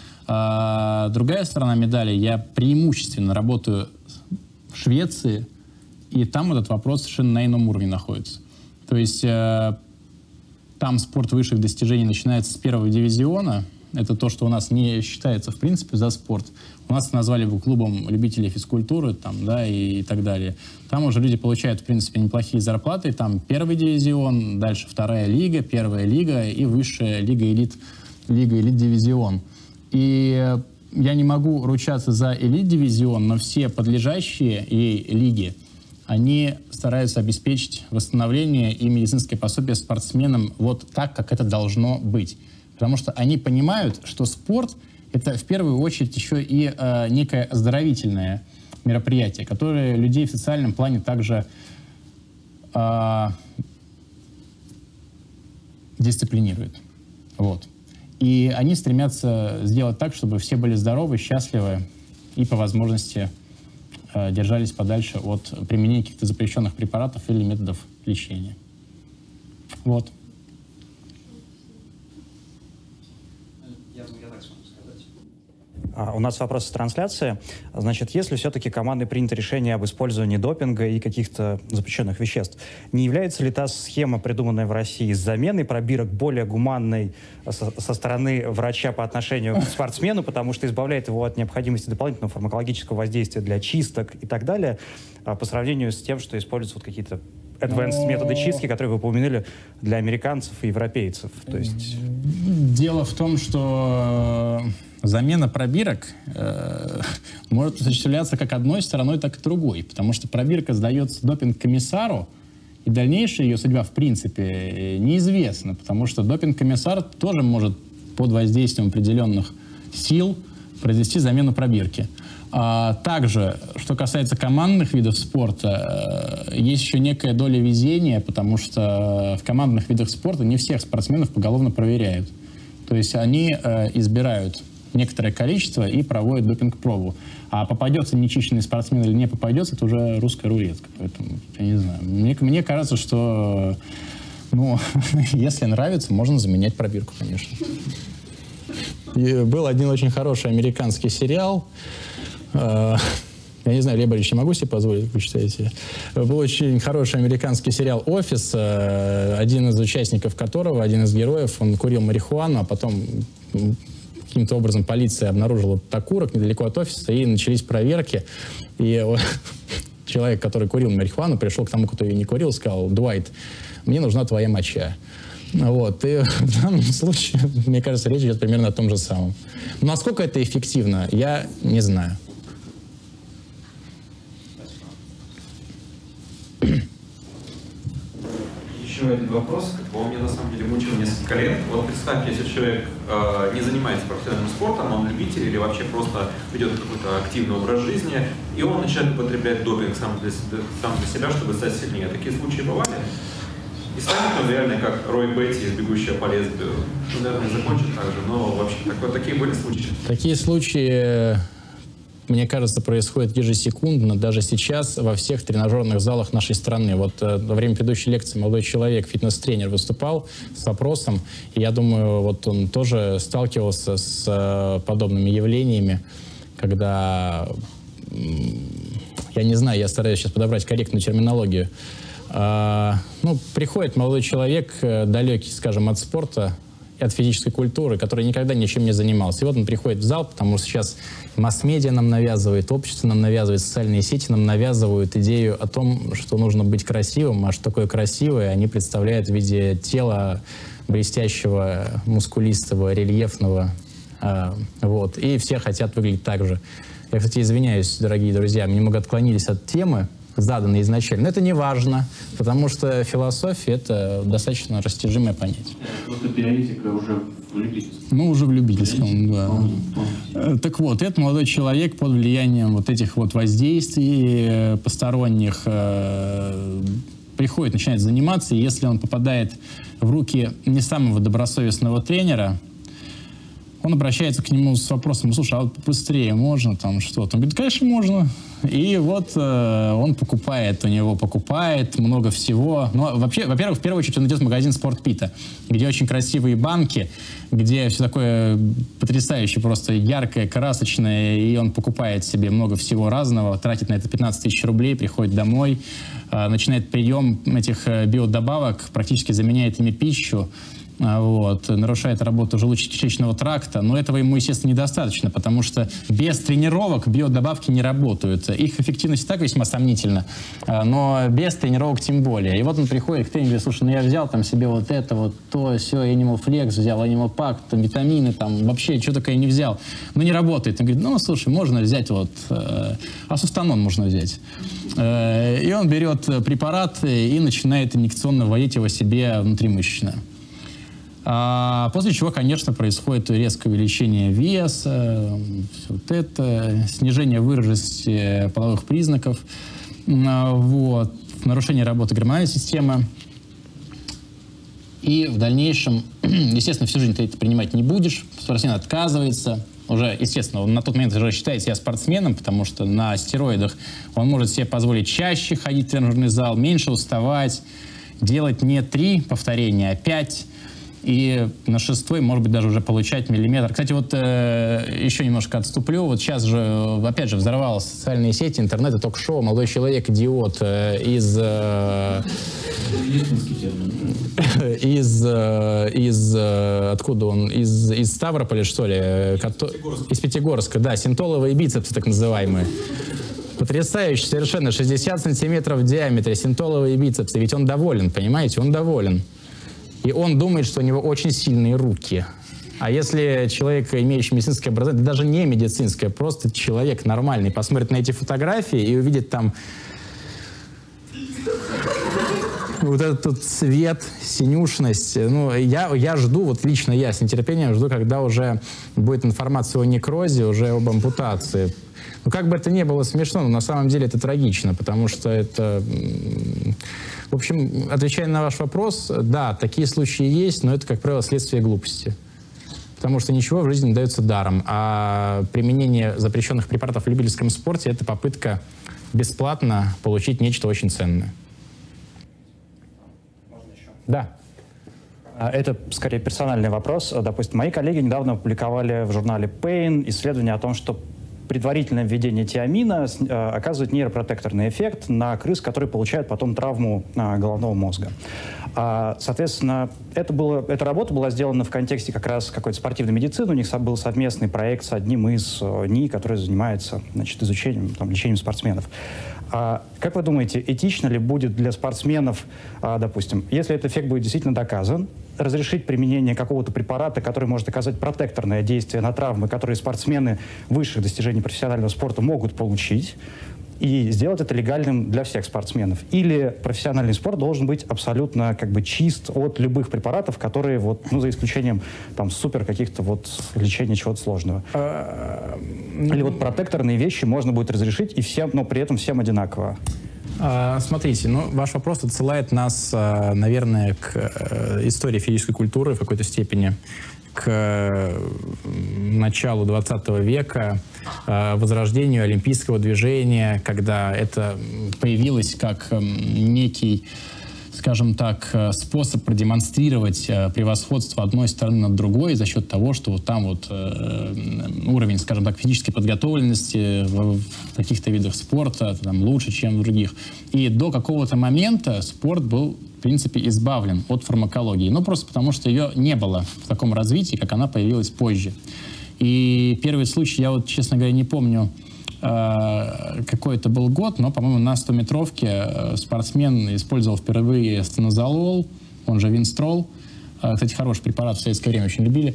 А, другая сторона медали, я преимущественно работаю в Швеции, и там этот вопрос совершенно на ином уровне находится. То есть э, там спорт высших достижений начинается с первого дивизиона. Это то, что у нас не считается, в принципе, за спорт. У нас назвали бы клубом любителей физкультуры, там, да, и, и так далее. Там уже люди получают, в принципе, неплохие зарплаты. Там первый дивизион, дальше вторая лига, первая лига и высшая лига элит, лига элит-дивизион. И я не могу ручаться за элит-дивизион, но все подлежащие ей лиги, они стараются обеспечить восстановление и медицинское пособие спортсменам вот так, как это должно быть. Потому что они понимают, что спорт — это в первую очередь еще и э, некое оздоровительное мероприятие, которое людей в социальном плане также э, дисциплинирует. Вот. И они стремятся сделать так, чтобы все были здоровы, счастливы и по возможности э, держались подальше от применения каких-то запрещенных препаратов или методов лечения. Вот. Я, я так смогу сказать. У нас вопрос с трансляции. Значит, если все-таки командой принято решение об использовании допинга и каких-то запрещенных веществ, не является ли та схема, придуманная в России, с заменой пробирок более гуманной со, со стороны врача по отношению к спортсмену, потому что избавляет его от необходимости дополнительного фармакологического воздействия для чисток и так далее, по сравнению с тем, что используются вот какие-то advanced методы чистки, которые вы упомянули для американцев и европейцев? То есть... Дело в том, что замена пробирок э, может осуществляться как одной стороной, так и другой. Потому что пробирка сдается допинг-комиссару, и дальнейшая ее судьба, в принципе, неизвестна. Потому что допинг-комиссар тоже может под воздействием определенных сил произвести замену пробирки. А также, что касается командных видов спорта, э, есть еще некая доля везения, потому что в командных видах спорта не всех спортсменов поголовно проверяют. То есть они э, избирают некоторое количество и проводят допинг-пробу. А попадется нечищенный спортсмен или не попадется, это уже русская рулетка. Поэтому, я не знаю. Мне, мне кажется, что, ну, если нравится, можно заменять пробирку, конечно. И был один очень хороший американский сериал. Я не знаю, Илья Борисович, могу себе позволить, как вы считаете? Был очень хороший американский сериал «Офис», один из участников которого, один из героев, он курил марихуану, а потом каким-то образом полиция обнаружила этот окурок недалеко от офиса, и начались проверки. И человек, который курил марихуану, пришел к тому, кто ее не курил, и сказал: «Дуайт, мне нужна твоя моча». Вот. И в данном случае, мне кажется, речь идет примерно о том же самом. Но насколько это эффективно, я не знаю. Еще один вопрос, он меня на самом деле мучил несколько лет. Вот представьте, если человек э, не занимается профессиональным спортом, он любитель или вообще просто ведет какой-то активный образ жизни, и он начинает употреблять допинг сам для, сам для себя, чтобы стать сильнее. Такие случаи бывали? И станет он реально как Рой Бетти из «Бегущего по лезвию». Ну, наверное, закончит так же, но вообще такое, такие были случаи. Такие случаи, мне кажется, происходят ежесекундно, даже сейчас во всех тренажерных залах нашей страны. Вот э, во время предыдущей лекции молодой человек, фитнес-тренер, выступал с вопросом, и я думаю, вот он тоже сталкивался с э, подобными явлениями, когда, э, я не знаю, я стараюсь сейчас подобрать корректную терминологию, э, ну, приходит молодой человек, э, далекий, скажем, от спорта, от физической культуры, который никогда ничем не занимался. И вот он приходит в зал, потому что сейчас масс-медиа нам навязывает, общество нам навязывает, социальные сети нам навязывают идею о том, что нужно быть красивым, а что такое красивое, они представляют в виде тела блестящего, мускулистого, рельефного. А, вот. И все хотят выглядеть так же. Я, кстати, извиняюсь, дорогие друзья, мы немного отклонились от темы, заданной изначально. Но это не важно, потому что философия — это достаточно растяжимое понятие. Просто периодика уже в любительском. Ну, уже в любительском, да. Помню. Так вот, этот молодой человек под влиянием вот этих вот воздействий посторонних э, приходит, начинает заниматься, и если он попадает в руки не самого добросовестного тренера, он обращается к нему с вопросом: слушай, а вот быстрее можно там что-то? Он говорит: конечно, можно. И вот э, он покупает, у него покупает много всего. Ну, вообще, во-первых, в первую очередь он идет в магазин «Спортпита», где очень красивые банки, где все такое потрясающе, просто яркое, красочное, и он покупает себе много всего разного, тратит на это пятнадцать тысяч рублей, приходит домой, э, начинает прием этих биодобавок, практически заменяет ими пищу. Вот, нарушает работу желудочно-кишечного тракта, но этого ему, естественно, недостаточно, потому что без тренировок биодобавки не работают. Их эффективность и так весьма сомнительна, но без тренировок тем более. И вот он приходит к тренеру и говорит: слушай, ну я взял там себе вот это, вот то, все, Animal Flex взял, Animal Pack, там витамины, там вообще что такое не взял. Но не работает. Он говорит: ну, слушай, можно взять вот, э, асустанон можно взять. Э, и он берет препарат и начинает инъекционно вводить его себе внутримышечно. А после чего, конечно, происходит резкое увеличение веса, вот это, снижение выраженности половых признаков, вот, нарушение работы гормональной системы. И в дальнейшем, естественно, всю жизнь ты это принимать не будешь, спортсмен отказывается. Уже, естественно, он на тот момент уже считает себя спортсменом, потому что на стероидах он может себе позволить чаще ходить в тренажерный зал, меньше уставать, делать не три повторения, а пять. и на шестой, может быть, даже уже получать миллиметр. Кстати, вот э, еще немножко отступлю. Вот сейчас же, опять же, взорвалось социальные сети, интернет, ток-шоу, молодой человек, идиот э, из... Э, из, э, из э, откуда он? Из, из Ставрополя, что ли? Из Пятигорска, да, синтоловые бицепсы, так называемые. Потрясающе, совершенно, шестьдесят сантиметров в диаметре, синтоловые бицепсы. Ведь он доволен, понимаете, он доволен. И он думает, что у него очень сильные руки. А если человек, имеющий медицинское образование, даже не медицинское, просто человек нормальный, посмотрит на эти фотографии и увидит там вот этот цвет, синюшность. Ну, я, я жду, вот лично я с нетерпением жду, когда уже будет информация о некрозе, уже об ампутации. Ну, как бы это ни было смешно, но на самом деле это трагично, потому что это... В общем, отвечая на ваш вопрос, да, такие случаи есть, но это, как правило, следствие глупости. Потому что ничего в жизни не дается даром. А применение запрещенных препаратов в любительском спорте – это попытка бесплатно получить нечто очень ценное. Можно еще? Да. Это скорее персональный вопрос. Допустим, мои коллеги недавно опубликовали в журнале Pain исследование о том, что предварительное введение тиамина э, оказывает нейропротекторный эффект на крыс, которые получают потом травму э, головного мозга. А, соответственно, это было, эта работа была сделана в контексте как раз какой-то спортивной медицины. У них был совместный проект с одним из э, НИИ, который занимается, значит, изучением, там, лечением спортсменов. А, как вы думаете, этично ли будет для спортсменов, а, допустим, если этот эффект будет действительно доказан, разрешить применение какого-то препарата, который может оказать протекторное действие на травмы, которые спортсмены высших достижений профессионального спорта могут получить, и сделать это легальным для всех спортсменов? Или профессиональный спорт должен быть абсолютно как бы чист от любых препаратов, которые, вот, ну, за исключением там супер каких-то вот лечения чего-то сложного? Или вот протекторные вещи можно будет разрешить, и всем, но при этом всем одинаково? Смотрите, ну, ваш вопрос отсылает нас, наверное, к истории физической культуры в какой-то степени, к началу двадцатого века, возрождению олимпийского движения, когда это появилось как некий, скажем так, способ продемонстрировать превосходство одной стороны над другой за счет того, что вот там вот уровень, скажем так, физической подготовленности в каких-то видах спорта там лучше, чем в других. И до какого-то момента спорт был, в принципе, избавлен от фармакологии. Ну, просто потому, что ее не было в таком развитии, как она появилась позже. И первый случай, я вот, честно говоря, не помню, какой это был год, но, по-моему, на стометровке спортсмен использовал впервые стенозолол, он же винстрол. Кстати, хороший препарат, в советское время очень любили.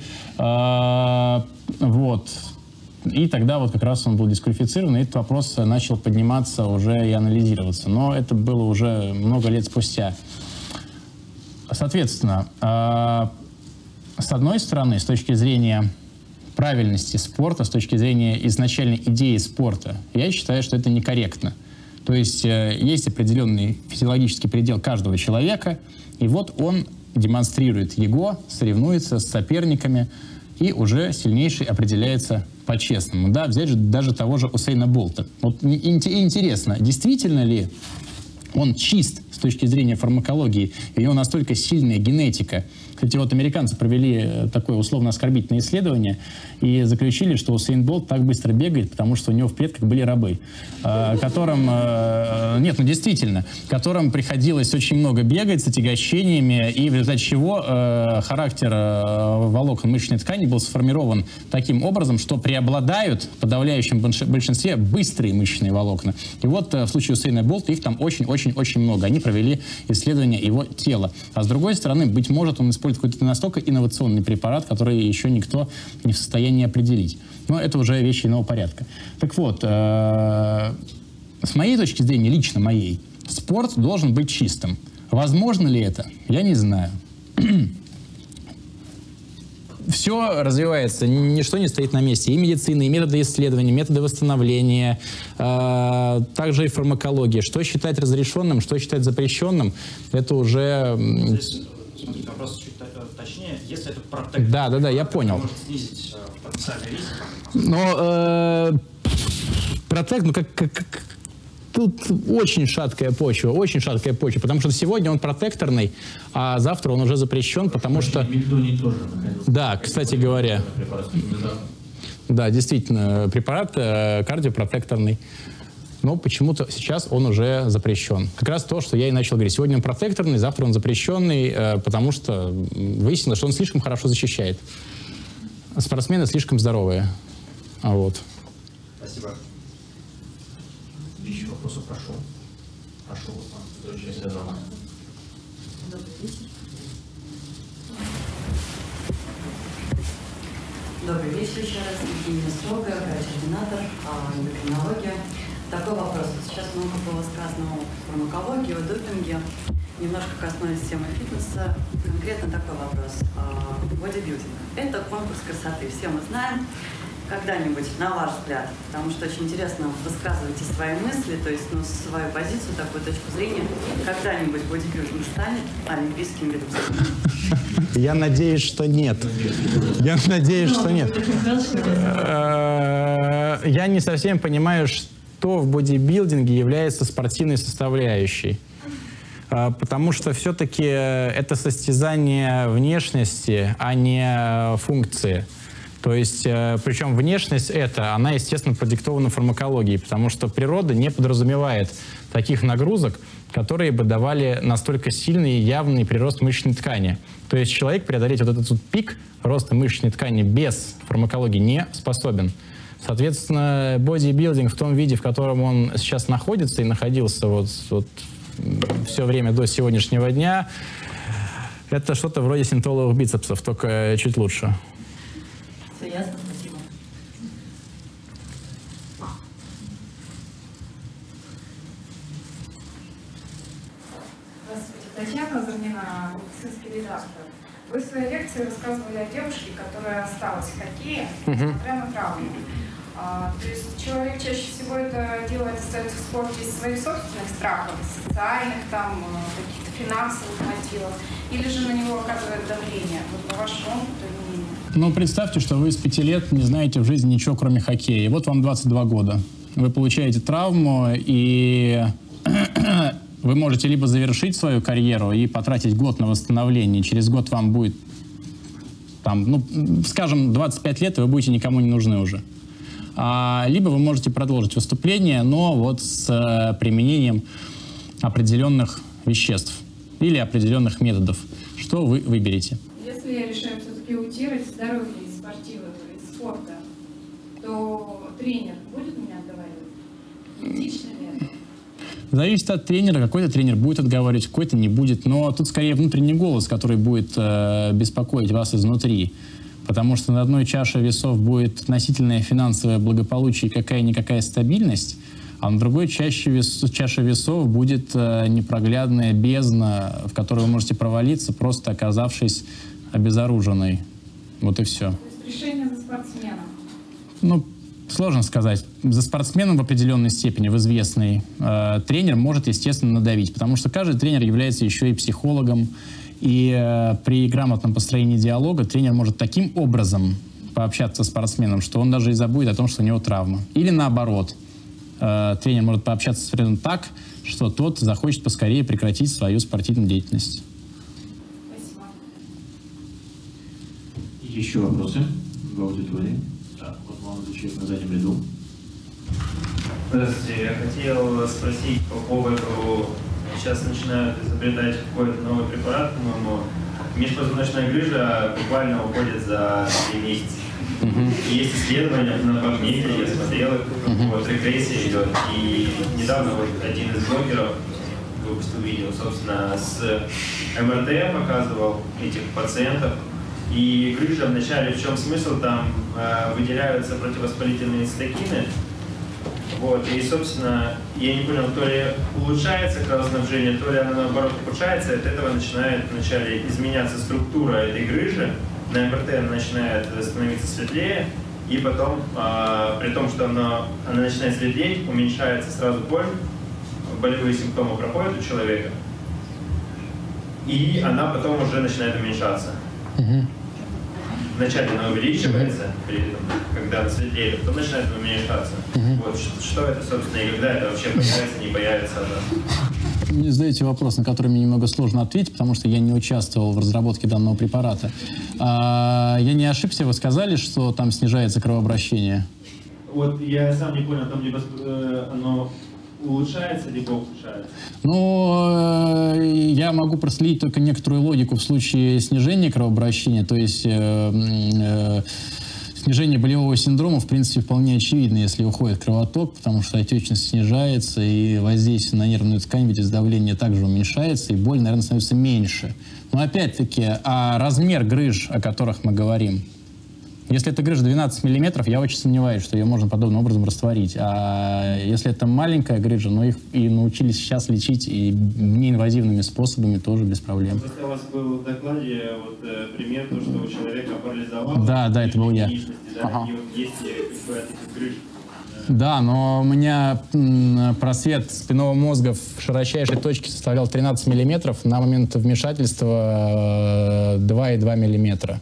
Вот. И тогда вот как раз он был дисквалифицирован, и этот вопрос начал подниматься уже и анализироваться. Но это было уже много лет спустя. Соответственно, с одной стороны, с точки зрения правильности спорта, с точки зрения изначальной идеи спорта, я считаю, что это некорректно. То есть э, есть определенный физиологический предел каждого человека, и вот он демонстрирует его, соревнуется с соперниками, и уже сильнейший определяется по-честному. Да, взять же даже того же Усейна Болта. Вот интересно, действительно ли он чист с точки зрения фармакологии, и у него настолько сильная генетика. Кстати, вот американцы провели такое условно-оскорбительное исследование и заключили, что Усейн Болт так быстро бегает, потому что у него в предках были рабы, которым, нет, ну действительно, которым приходилось очень много бегать с отягощениями, и в результате чего характер волокон мышечной ткани был сформирован таким образом, что преобладают в подавляющем большинстве быстрые мышечные волокна. И вот в случае Усейна Болта их там очень-очень-очень много. Они провели исследование его тела. А с другой стороны, быть может, он использует какой-то настолько инновационный препарат, который еще никто не в состоянии определить. Но это уже вещи иного порядка. Так вот, э с моей точки зрения, лично моей, спорт должен быть чистым. Возможно ли это? Я не знаю. Все развивается, ничто не стоит на месте. И медицина, и методы исследования, методы восстановления, э, также и фармакология. Что считать разрешенным, что считать запрещенным, это уже... Здесь, смотрите, вопрос чуть точнее. Если это протектор, да, да, да, я понял. Может снизить э, потенциальный риск. Но э, протект, ну как... как тут очень шаткая почва, очень шаткая почва, потому что сегодня он протекторный, а завтра он уже запрещен, потому что... Мельдоний тоже находился. Да, кстати говоря. Да, действительно, препарат э, кардиопротекторный. Но почему-то сейчас он уже запрещен. Как раз то, что я и начал говорить. Сегодня он протекторный, завтра он запрещенный, э, потому что выяснилось, что он слишком хорошо защищает. Спортсмены слишком здоровые. А вот. Спасибо. Еще вопросы, прошу. Прошу, Добрый вечер. Добрый вечер еще раз. Евгения Строгая, врач-ординатор, эндокринология. Такой вопрос. Сейчас много было сказано о фармакологии, о допинге. Немножко коснулись темы фитнеса. Конкретно такой вопрос. Бодибилдинг. Это конкурс красоты. Все мы знаем. Когда-нибудь, на ваш взгляд, потому что очень интересно высказывайте свои мысли, то есть ну, свою позицию, такую точку зрения, когда-нибудь бодибилдинг станет олимпийским видом спорта? Я надеюсь, что нет. Я надеюсь, что нет. Я не совсем понимаю, что в бодибилдинге является спортивной составляющей. Потому что все-таки это состязание внешности, а не функции. То есть, причем внешность эта, она, естественно, продиктована фармакологией, потому что природа не подразумевает таких нагрузок, которые бы давали настолько сильный и явный прирост мышечной ткани. То есть человек преодолеть вот этот вот пик роста мышечной ткани без фармакологии не способен. Соответственно, бодибилдинг в том виде, в котором он сейчас находится и находился вот, вот все время до сегодняшнего дня, это что-то вроде синтоловых бицепсов, только чуть лучше. Все ясно, спасибо. Здравствуйте, Татьяна Зарнина, медицинский редактор. Вы в своей лекции рассказывали о девушке, которая осталась в хоккее, несмотря на травму. А, то есть человек чаще всего это делает, остается в спорте из своих собственных страхов, социальных, там, каких-то финансовых мотивов, или же на него оказывает давление? Вот по вашему опыту и мнению. Ну, представьте, что вы с пяти лет не знаете в жизни ничего, кроме хоккея. И вот вам двадцать два года. Вы получаете травму, и вы можете либо завершить свою карьеру и потратить год на восстановление. Через год вам будет, там, ну, скажем, двадцать пять лет, и вы будете никому не нужны уже. А, либо вы можете продолжить выступление, но вот с а, применением определенных веществ или определенных методов. Что вы выберете? Если я решаю все-таки уйти ради здоровья из спортивного, из спорта, то тренер будет меня отговаривать? Этично ли это? Зависит от тренера. Какой-то тренер будет отговаривать, какой-то не будет. Но тут скорее внутренний голос, который будет э, беспокоить вас изнутри. Потому что на одной чаше весов будет относительное финансовое благополучие и какая-никакая стабильность, а на другой чаше, вес, чаше весов будет э, непроглядная бездна, в которую вы можете провалиться, просто оказавшись обезоруженной. Вот и все. То есть решение за спортсменом? Ну, сложно сказать. За спортсменом в определенной степени, в известной, э, тренер может, естественно, надавить, потому что каждый тренер является еще и психологом, и э, при грамотном построении диалога тренер может таким образом пообщаться с спортсменом, что он даже и забудет о том, что у него травма. Или наоборот, э, тренер может пообщаться с спортсменом так, что тот захочет поскорее прекратить свою спортивную деятельность. Спасибо. Еще вопросы в аудитории? Так, вот молодой человек на заднем ряду. Здравствуйте, я хотел спросить по поводу, сейчас начинают изобретать какой-то новый препарат, по-моему, межпозвоночная грыжа буквально уходит за три месяца. Uh-huh. И есть исследования на Пагнете, я смотрел, uh-huh. вот регрессия идет. И недавно вот один из блогеров выпустил видео, собственно, с эм эр тэ показывал этих пациентов. И грыжа вначале, в чем смысл, там э, выделяются противовоспалительные цитокины. Вот, и, собственно, я не понял, то ли улучшается кровоснабжение, то ли оно, наоборот, ухудшается, и от этого начинает вначале изменяться структура этой грыжи, на эм эр тэ она начинает становиться светлее, и потом, э, при том, что она, она начинает светлеть, уменьшается сразу боль, болевые симптомы проходят у человека, и она потом уже начинает уменьшаться. Угу. вначале она увеличивается, при этом, когда она светлеет, потом начинает уменьшаться. Uh-huh. Вот, что, что это, собственно, и когда это вообще появится, не появится она? Мне задаете вопрос, на который мне немного сложно ответить, потому что я не участвовал в разработке данного препарата. А, я не ошибся, вы сказали, что там снижается кровообращение? Вот я сам не понял, там либо э, оно улучшается, либо ухудшается. Ну, э, я могу проследить только некоторую логику в случае снижения кровообращения, то есть э, э, снижение болевого синдрома, в принципе, вполне очевидно, если уходит кровоток, потому что отечность снижается, и воздействие на нервную ткань, ведь давление также уменьшается, и боль, наверное, становится меньше. Но опять-таки, а размер грыж, о которых мы говорим, если это грыжа двенадцать миллиметров, я очень сомневаюсь, что ее можно подобным образом растворить. А если это маленькая грыжа, но их и научились сейчас лечить и неинвазивными способами тоже без проблем. Просто у вас был в докладе вот, э, пример, то, что у человека парализовало. Да, да, это был я. Да, ага. И вот есть как бы, этих грыж. Да, но у меня просвет спинного мозга в широчайшей точке составлял тринадцать миллиметров, на момент вмешательства два и два миллиметра.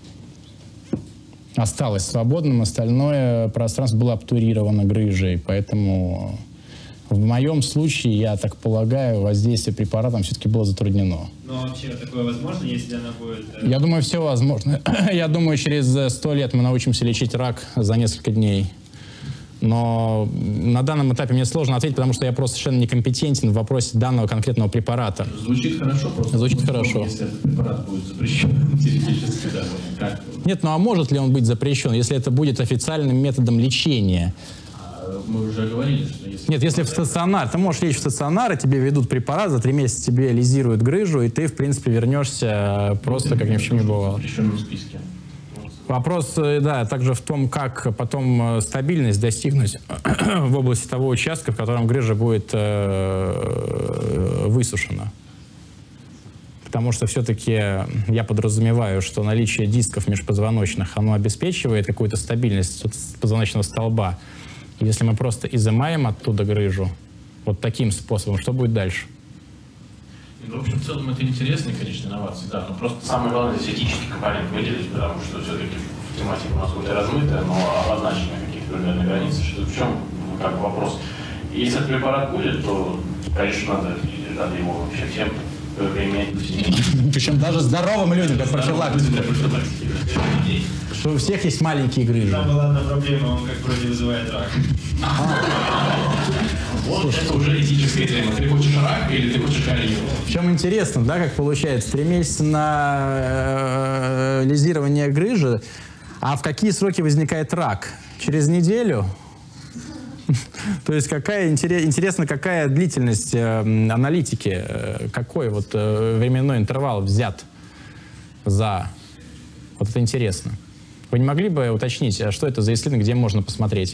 Осталось свободным, остальное пространство было обтурировано грыжей, поэтому в моем случае, я так полагаю, воздействие препаратом все-таки было затруднено. Но вообще такое возможно, если она будет... Я думаю, все возможно. Я думаю, через сто лет мы научимся лечить рак за несколько дней. Но на данном этапе мне сложно ответить, потому что я просто совершенно некомпетентен в вопросе данного конкретного препарата. Звучит хорошо, просто Звучит хорошо. Если этот препарат будет запрещен теоретически, да, как? Нет, ну а может ли он быть запрещен, если это будет официальным методом лечения? А мы уже говорили, что если... Нет, если в стационар, ты можешь лечь в стационар, и тебе ведут препарат, за три месяца тебе лизируют грыжу, и ты, в принципе, вернешься просто как ни в чем не бывало. В запрещенном списке. Вопрос, да, также в том, как потом стабильность достигнуть в области того участка, в котором грыжа будет э, высушена. Потому что все-таки я подразумеваю, что наличие дисков межпозвоночных, оно обеспечивает какую-то стабильность позвоночного столба. Если мы просто изымаем оттуда грыжу вот таким способом, что будет дальше? В общем, в целом это интересные, конечно, инновации, да, но просто самое главное здесь этический компонент выделить, потому что все-таки тематика у нас хоть и размытая, но обозначены какие-то определенные границы. Что, в чем как бы вопрос? Если этот препарат будет, то, конечно, надо, надо его вообще всем применять. Причем даже здоровым людям, как профилактику. Что у всех есть маленькие грыжи. Там была одна проблема, он как вроде вызывает рак. Вот это уже этическая тема. Ты хочешь рак или ты хочешь карьеру? В чем интересно, да, как получается, три месяца на э, лизирование грыжи, а в какие сроки возникает рак? Через неделю? То есть какая, интересно, какая длительность э, аналитики, э, какой вот э, временной интервал взят за... Вот это интересно. Вы не могли бы уточнить, что это за исследование, где можно посмотреть?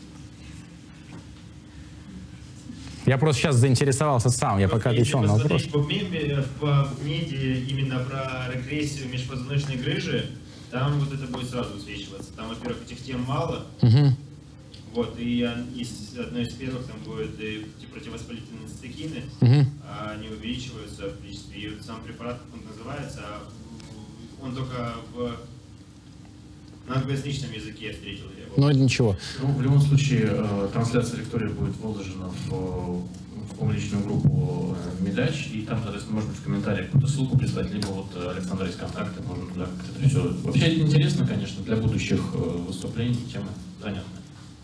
Я просто сейчас заинтересовался сам, я пока отвечал на вопрос. В PubMed именно про регрессию межпозвоночной грыжи, там вот это будет сразу высвечиваться. Там, во-первых, этих тем мало. Угу. Вот, и одной из первых там будет и противовоспалительные цитокины, угу. а они увеличиваются в количестве. И сам препарат, как он называется, он только в... на англоязычном языке встретил его. Ну, это ничего. Ну, в любом случае, э, трансляция лектория будет выложена в, в публичную группу э, Медач, и там, соответственно, может быть, в комментариях какую-то ссылку прислать, либо вот Александра из контакта, можно туда как-то это все. Вообще это интересно, конечно, для будущих э, выступлений, тема занятная.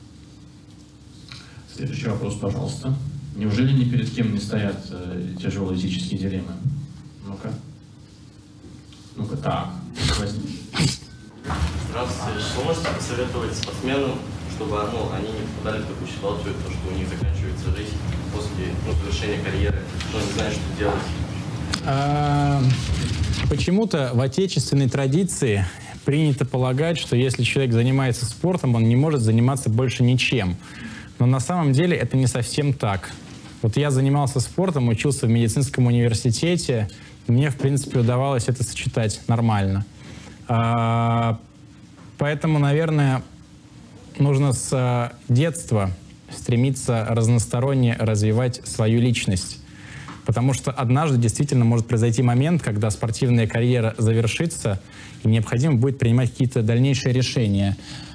Следующий вопрос, пожалуйста. Неужели ни перед кем не стоят э, тяжелые этические дилеммы? Ну-ка. Ну-ка, так. Здравствуйте. Что можете посоветовать спортсменам, чтобы ну, они не попадали в такую ситуацию, то, что у них заканчивается жизнь после ну, завершения карьеры, что не знают, что делать? А, почему-то в отечественной традиции принято полагать, что если человек занимается спортом, он не может заниматься больше ничем. Но на самом деле это не совсем так. Вот я занимался спортом, учился в медицинском университете, мне, в принципе, удавалось это сочетать нормально. А, поэтому, наверное, нужно с детства стремиться разносторонне развивать свою личность. Потому что однажды действительно может произойти момент, когда спортивная карьера завершится, и необходимо будет принимать какие-то дальнейшие решения.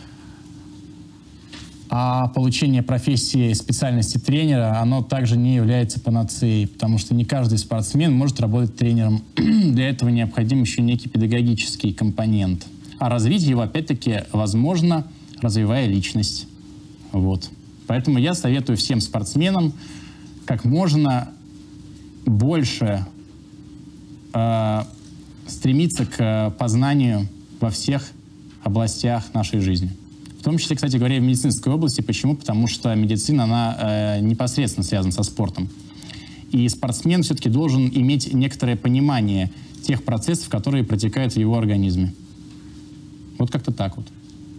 А получение профессии, специальности тренера, оно также не является панацеей, потому что не каждый спортсмен может работать тренером. Для этого необходим еще некий педагогический компонент. А развить его, опять-таки, возможно, развивая личность. Вот. Поэтому я советую всем спортсменам как можно больше э, стремиться к познанию во всех областях нашей жизни. В том числе, кстати говоря, и в медицинской области. Почему? Потому что медицина, она э, непосредственно связана со спортом. И спортсмен все-таки должен иметь некоторое понимание тех процессов, которые протекают в его организме. Вот как-то так вот.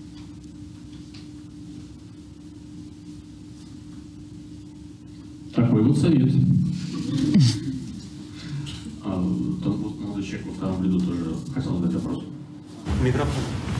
Такой вот совет. А, там вот молодой человек во втором ряду тоже хотел задать вопрос. Микрофон.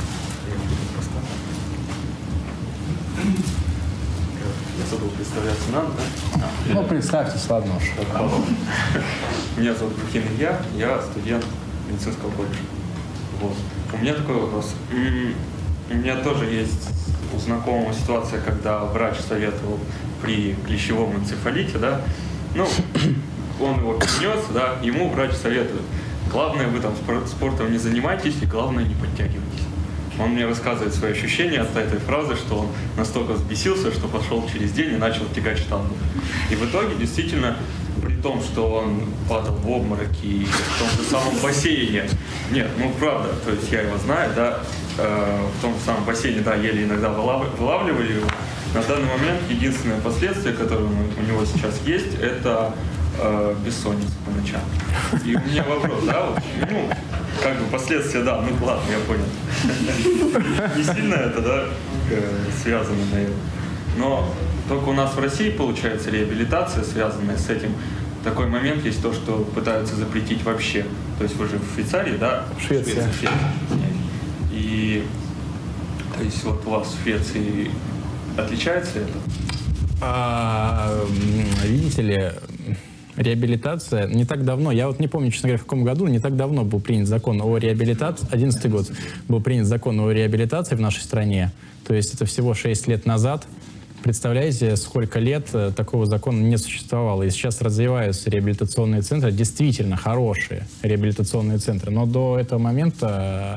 Я забыл представляться нам, да? Ну, представьтесь, ладно уж. Меня зовут Бухин Илья, я студент медицинского колледжа. Вот. У меня такой вопрос. У меня тоже есть у знакомого ситуация, когда врач советовал при клещевом энцефалите, да, ну, он его коснется, да, ему врач советует. Главное, вы там спортом не занимайтесь, и главное, не подтягивайтесь. Он мне рассказывает свои ощущения от этой фразы, что он настолько взбесился, что пошел через день и начал тягать штангу. И в итоге, действительно, при том, что он падал в обмороки и в том же самом бассейне, нет, ну правда, то есть я его знаю, да, э, в том же самом бассейне, да, еле иногда вылав, вылавливали его. На данный момент единственное последствие, которое у него сейчас есть, это э, бессонница по ночам. И у меня вопрос, да, вот, ну, как бы последствия, да, ну ладно, я понял. Не сильно это, да, связано, наверное. Но только у нас в России получается реабилитация, связанная с этим. Такой момент есть то, что пытаются запретить вообще. То есть вы же в Швейцарии, да? Швеция. Швеция. И то есть вот у вас в Швеции отличается это? А, видите ли, реабилитация не так давно, я вот не помню, честно говоря, в каком году, не так давно был принят закон о реабилитации, одиннадцатый год был принят закон о реабилитации в нашей стране, то есть это всего шесть лет назад. Представляете, сколько лет такого закона не существовало. И сейчас развиваются реабилитационные центры, действительно хорошие реабилитационные центры, но до этого момента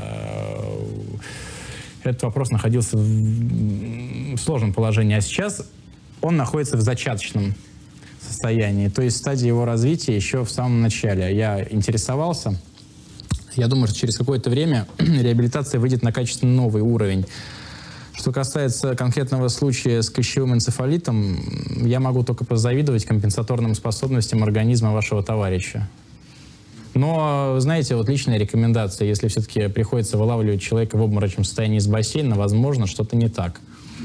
этот вопрос находился в сложном положении, а сейчас он находится в зачаточном состоянии, то есть в стадии его развития еще в самом начале. Я интересовался, я думаю, что через какое-то время реабилитация выйдет на качественно новый уровень. Что касается конкретного случая с клещевым энцефалитом, я могу только позавидовать компенсаторным способностям организма вашего товарища. Но, знаете, вот личная рекомендация, если все-таки приходится вылавливать человека в обморочном состоянии из бассейна, возможно, что-то не так.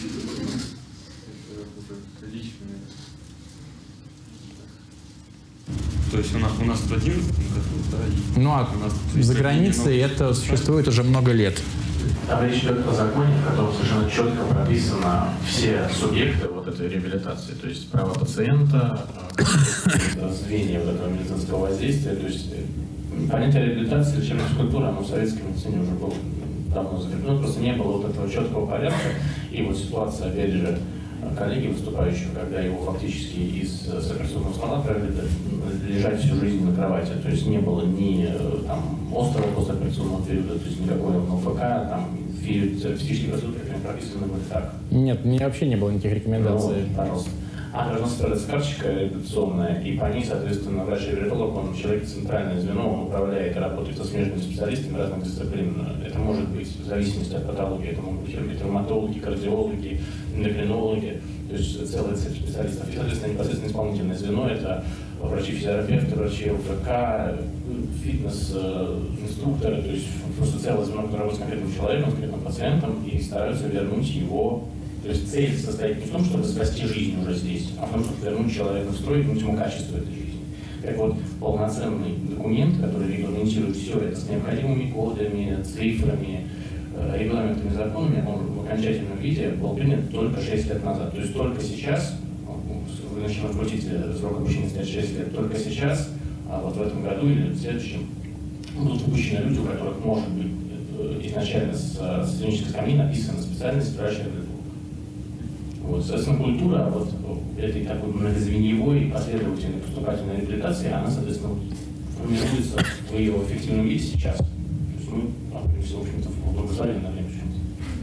То есть у нас, у нас в одиннадцатом году, да? И ну а за границей это существует уже много лет. Там речь идет о законе, в котором совершенно четко прописаны все субъекты вот этой реабилитации, то есть права пациента, звенья вот этого медицинского воздействия. То есть понятие реабилитации, лечебной физкультуры, оно в советской медицине уже было давно закреплено, просто не было вот этого четкого порядка. И вот ситуация, опять же, коллеги выступающего, когда его фактически из операционного стола отправили лежать всю жизнь на кровати. То есть не было ни там, острого послеоперационного периода, то есть никакой ЛФК, там, терапевтические процедуры, как они прописаны были так. Нет, мне вообще не было никаких рекомендаций. Ну, пожалуйста. А должна составляться карточка реабилитационная, и по ней, соответственно, врач-реабилитолог, он человек центральное звено, он управляет и работает со смежными специалистами разных дисциплин. Это может быть в зависимости от патологии, это могут быть ревматологи, кардиологи, эндокринологи, то есть целый цепь специалистов. И, соответственно, непосредственно исполнительное звено – это врачи-физиотерапевты, врачи ЛФК, фитнес-инструкторы, то есть просто целое звено, которое работает с конкретным человеком, с конкретным пациентом, и стараются вернуть его. То есть цель состоит не в том, чтобы спасти жизнь уже здесь, а в том, чтобы вернуть человека в строй и вернуть ему качество этой жизни. Так вот, полноценный документ, который регламентирует все это с необходимыми кодами, цифрами, регламентами, законами, он в окончательном виде был принят только шесть лет назад. То есть только сейчас, вы начали крутить срок обучения снять шесть лет, только сейчас, а вот в этом году или в следующем, будут выпущены люди, у которых может быть изначально с, с клинической скамьи написана специальность врач-реабилитолог. Вот, соответственно, культура вот этой такой многозвеньевой последовательной поступательной реабилитации, она, соответственно, формируется в ее эффективном виде сейчас. То есть мы, в общем-то, в благословении на время почему-то.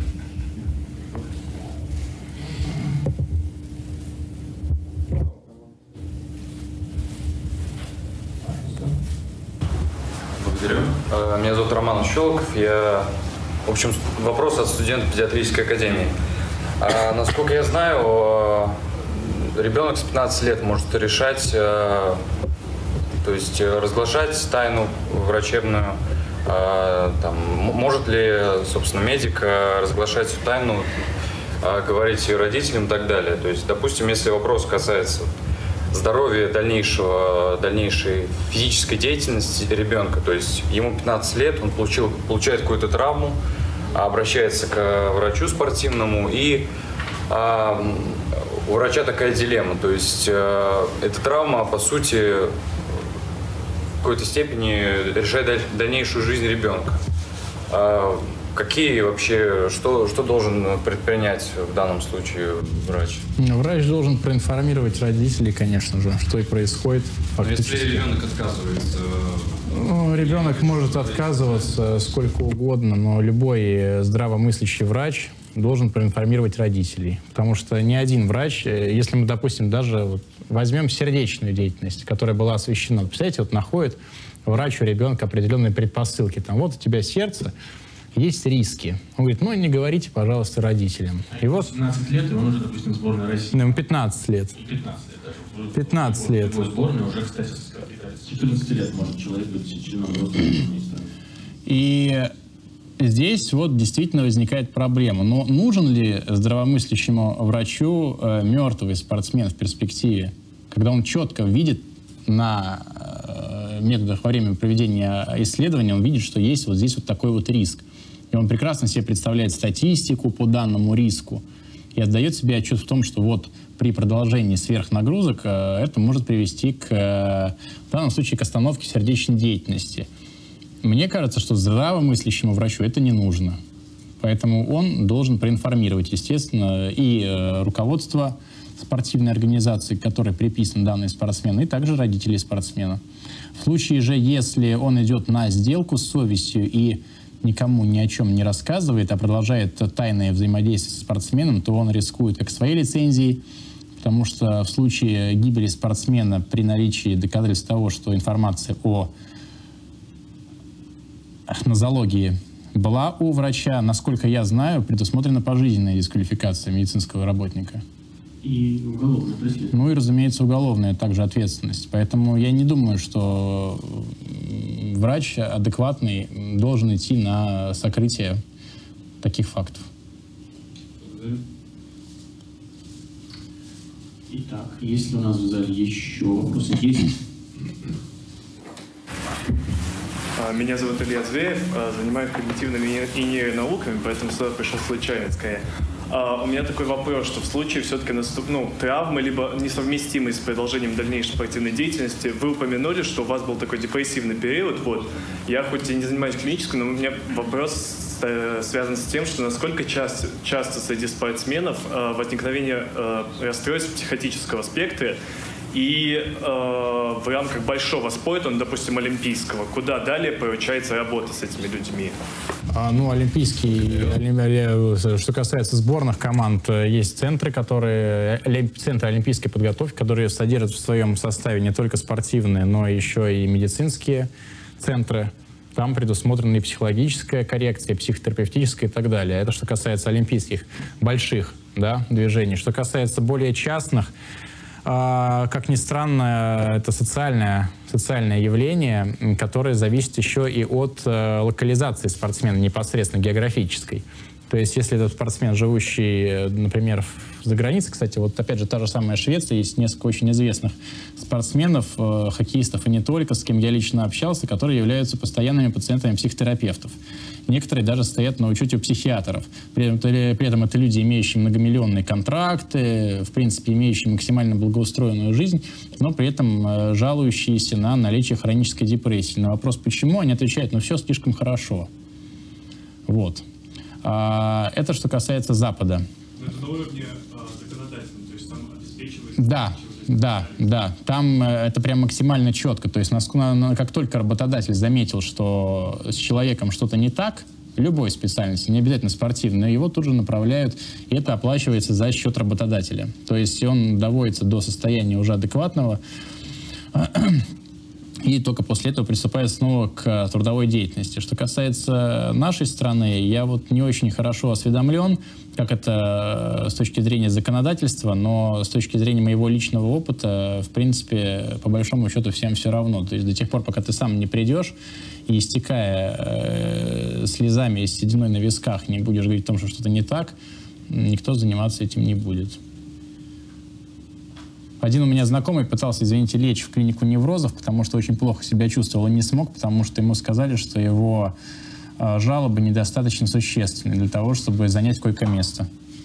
Благодарю. Меня зовут Роман Щелоков. Я, в общем, вопрос от студента педиатрической академии. А, насколько я знаю, ребенок с пятнадцати лет может решать, то есть разглашать тайну врачебную. Там, может ли, собственно, медик разглашать эту тайну, говорить ее родителям и так далее. То есть, допустим, если вопрос касается здоровья дальнейшего, дальнейшей физической деятельности ребенка, то есть ему пятнадцать лет, он получил, получает какую-то травму, обращается к врачу спортивному, и а, у врача такая дилемма, то есть а, эта травма, по сути, в какой-то степени решает дальнейшую жизнь ребенка. А, какие вообще, что, что должен предпринять в данном случае врач? Врач должен проинформировать родителей, конечно же, что и происходит фактически. Если ребенок отказывается? Ну, ребенок может отказываться сколько угодно, но любой здравомыслящий врач должен проинформировать родителей. Потому что ни один врач, если мы, допустим, даже вот возьмем сердечную деятельность, которая была освещена, представляете, вот находит врач у ребенка определенные предпосылки. Там, вот у тебя сердце, есть риски. Он говорит, ну не говорите, пожалуйста, родителям. А и вот семнадцать лет, и он уже, допустим, сборная России. Ну, пятнадцать лет. И пятнадцать лет даже. пятнадцать лет. Любой сборной уже, кстати, с четырнадцати лет может человек быть членом родственного. И здесь вот действительно возникает проблема. Но нужен ли здравомыслящему врачу э, мертвый спортсмен в перспективе, когда он четко видит на э, методах во время проведения исследования, он видит, что есть вот здесь вот такой вот риск. И он прекрасно себе представляет статистику по данному риску и отдает себе отчет в том, что вот при продолжении сверхнагрузок э, это может привести к, э, в данном случае, к остановке сердечной деятельности. Мне кажется, что здравомыслящему врачу это не нужно. Поэтому он должен проинформировать, естественно, и э, руководство спортивной организации, к которой приписан данный спортсмен, и также родителей спортсмена. В случае же, если он идет на сделку с совестью и никому ни о чем не рассказывает, а продолжает тайное взаимодействие со спортсменом, то он рискует как своей лицензией, потому что в случае гибели спортсмена при наличии доказательств того, что информация о нозологии была у врача, насколько я знаю, предусмотрена пожизненная дисквалификация медицинского работника. И уголовное преследование. Ну и, разумеется, уголовная также ответственность. Поэтому я не думаю, что врач адекватный должен идти на сокрытие таких фактов. Итак, есть ли у нас в зале еще вопросы? Есть? Меня зовут Илья Зверев, занимаюсь когнитивными и нейронауками, поэтому сюда пришел случайно скорее. Uh, у меня такой вопрос, что в случае все-таки наступ, ну, травмы, либо несовместимой с продолжением дальнейшей спортивной деятельности, вы упомянули, что у вас был такой депрессивный период. Вот. Я хоть и не занимаюсь клинической, но у меня вопрос э, связан с тем, что насколько часто, часто среди спортсменов э, возникновение э, расстройств психотического спектра и э, в рамках большого спорта, ну, допустим, олимпийского, куда далее поручается работа с этими людьми? А, ну, олимпийские, что касается сборных команд, есть центры, которые, центры олимпийской подготовки, которые содержат в своем составе не только спортивные, но еще и медицинские центры. Там предусмотрена и психологическая коррекция, и психотерапевтическая и так далее. Это что касается олимпийских больших, да, движений. Что касается более частных, как ни странно, это социальное, социальное явление, которое зависит еще и от локализации спортсмена, непосредственно географической. То есть, если этот спортсмен, живущий, например, за границей, кстати, вот опять же та же самая Швеция, есть несколько очень известных спортсменов, э, хоккеистов и не только, с кем я лично общался, которые являются постоянными пациентами психотерапевтов. Некоторые даже стоят на учете у психиатров. При этом, при этом это люди, имеющие многомиллионные контракты, в принципе, имеющие максимально благоустроенную жизнь, но при этом э, жалующиеся на наличие хронической депрессии. На вопрос, почему, они отвечают, ну все слишком хорошо. Вот. А, это что касается Запада. Но это на уровне а, законодательном, то есть там обеспечивается... Да, да, да. Там э, это прям максимально четко. То есть насколько, на, как только работодатель заметил, что с человеком что-то не так, любой специальности, не обязательно спортивной, его тут же направляют, и это оплачивается за счет работодателя. То есть он доводится до состояния уже адекватного, и только после этого приступает снова к трудовой деятельности. Что касается нашей страны, я вот не очень хорошо осведомлен, как это с точки зрения законодательства, но с точки зрения моего личного опыта, в принципе, по большому счету всем все равно. То есть до тех пор, пока ты сам не придешь и, истекая э, слезами и сединой на висках, не будешь говорить о том, что что-то не так, никто заниматься этим не будет. Один у меня знакомый пытался, извините, лечь в клинику неврозов, потому что очень плохо себя чувствовал и не смог, потому что ему сказали, что его э, жалобы недостаточно существенны для того, чтобы занять койко-место.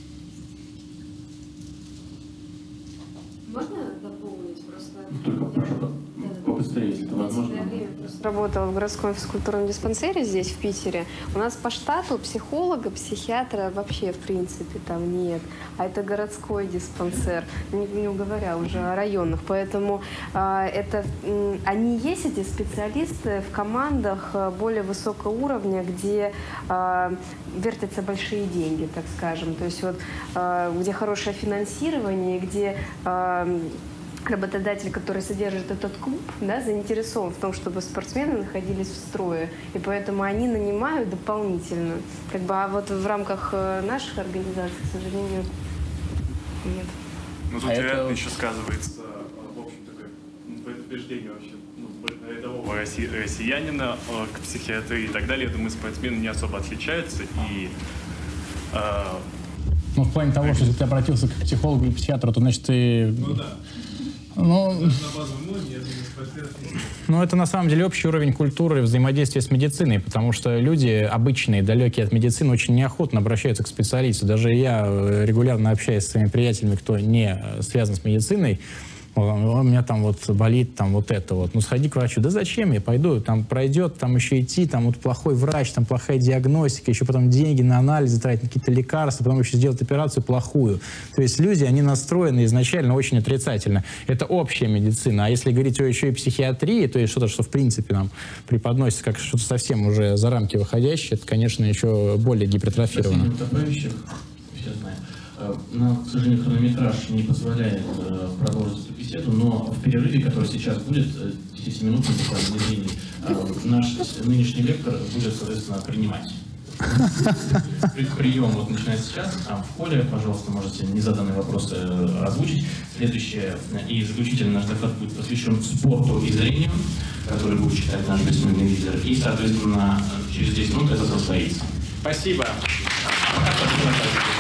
Можно дополнить просто? Только прошу побыстрее, если это возможно. Работала в городском физкультурном диспансере здесь, в Питере. У нас по штату психолога, психиатра вообще, в принципе, там нет. А это городской диспансер, не, не говоря уже о районных. Поэтому э, это, э, они есть, эти специалисты, в командах э, более высокого уровня, где э, вертятся большие деньги, так скажем. То есть вот, э, где хорошее финансирование, где... Э, работодатель, который содержит этот клуб, да, заинтересован в том, чтобы спортсмены находились в строе, и поэтому они нанимают дополнительно. Как бы, а вот в рамках наших организаций, к сожалению, нет. Ну, тут а это... еще сказывается, в общем, такое предубеждение вообще ну, рядового росси... россиянина к психиатрии и так далее. Я думаю, спортсмены не особо отличаются. И, э... Ну, в плане того, что если ты обратился к психологу и психиатру, то, значит, ты... Ну, да. Ну, ну, это на самом деле общий уровень культуры взаимодействия с медициной, потому что люди обычные, далекие от медицины, очень неохотно обращаются к специалисту. Даже я регулярно общаюсь с своими приятелями, кто не связан с медициной. У меня там вот болит там вот это вот. Ну, сходи к врачу. Да зачем я пойду? Там пройдет, там еще идти, там вот плохой врач, там плохая диагностика, еще потом деньги на анализы тратить, на какие-то лекарства, потом еще сделать операцию плохую. То есть люди, они настроены изначально очень отрицательно. Это общая медицина. А если говорить о еще и психиатрии, то есть что-то, что в принципе нам преподносится как что-то совсем уже за рамки выходящее, это, конечно, еще более гипертрофировано. Но, к сожалению, хронометраж не позволяет э, продолжить эту беседу, но в перерыве, который сейчас будет, десять минут, буквально, э, наш нынешний лектор будет, соответственно, принимать. Прием вот начинается сейчас. А в холле, пожалуйста, можете незаданные вопросы озвучить. Следующее и заключительный наш доклад будет посвящен спорту и зрению, который будет читать наш бессменный лидер. И, соответственно, через десять минут это состоится. Спасибо. Спасибо.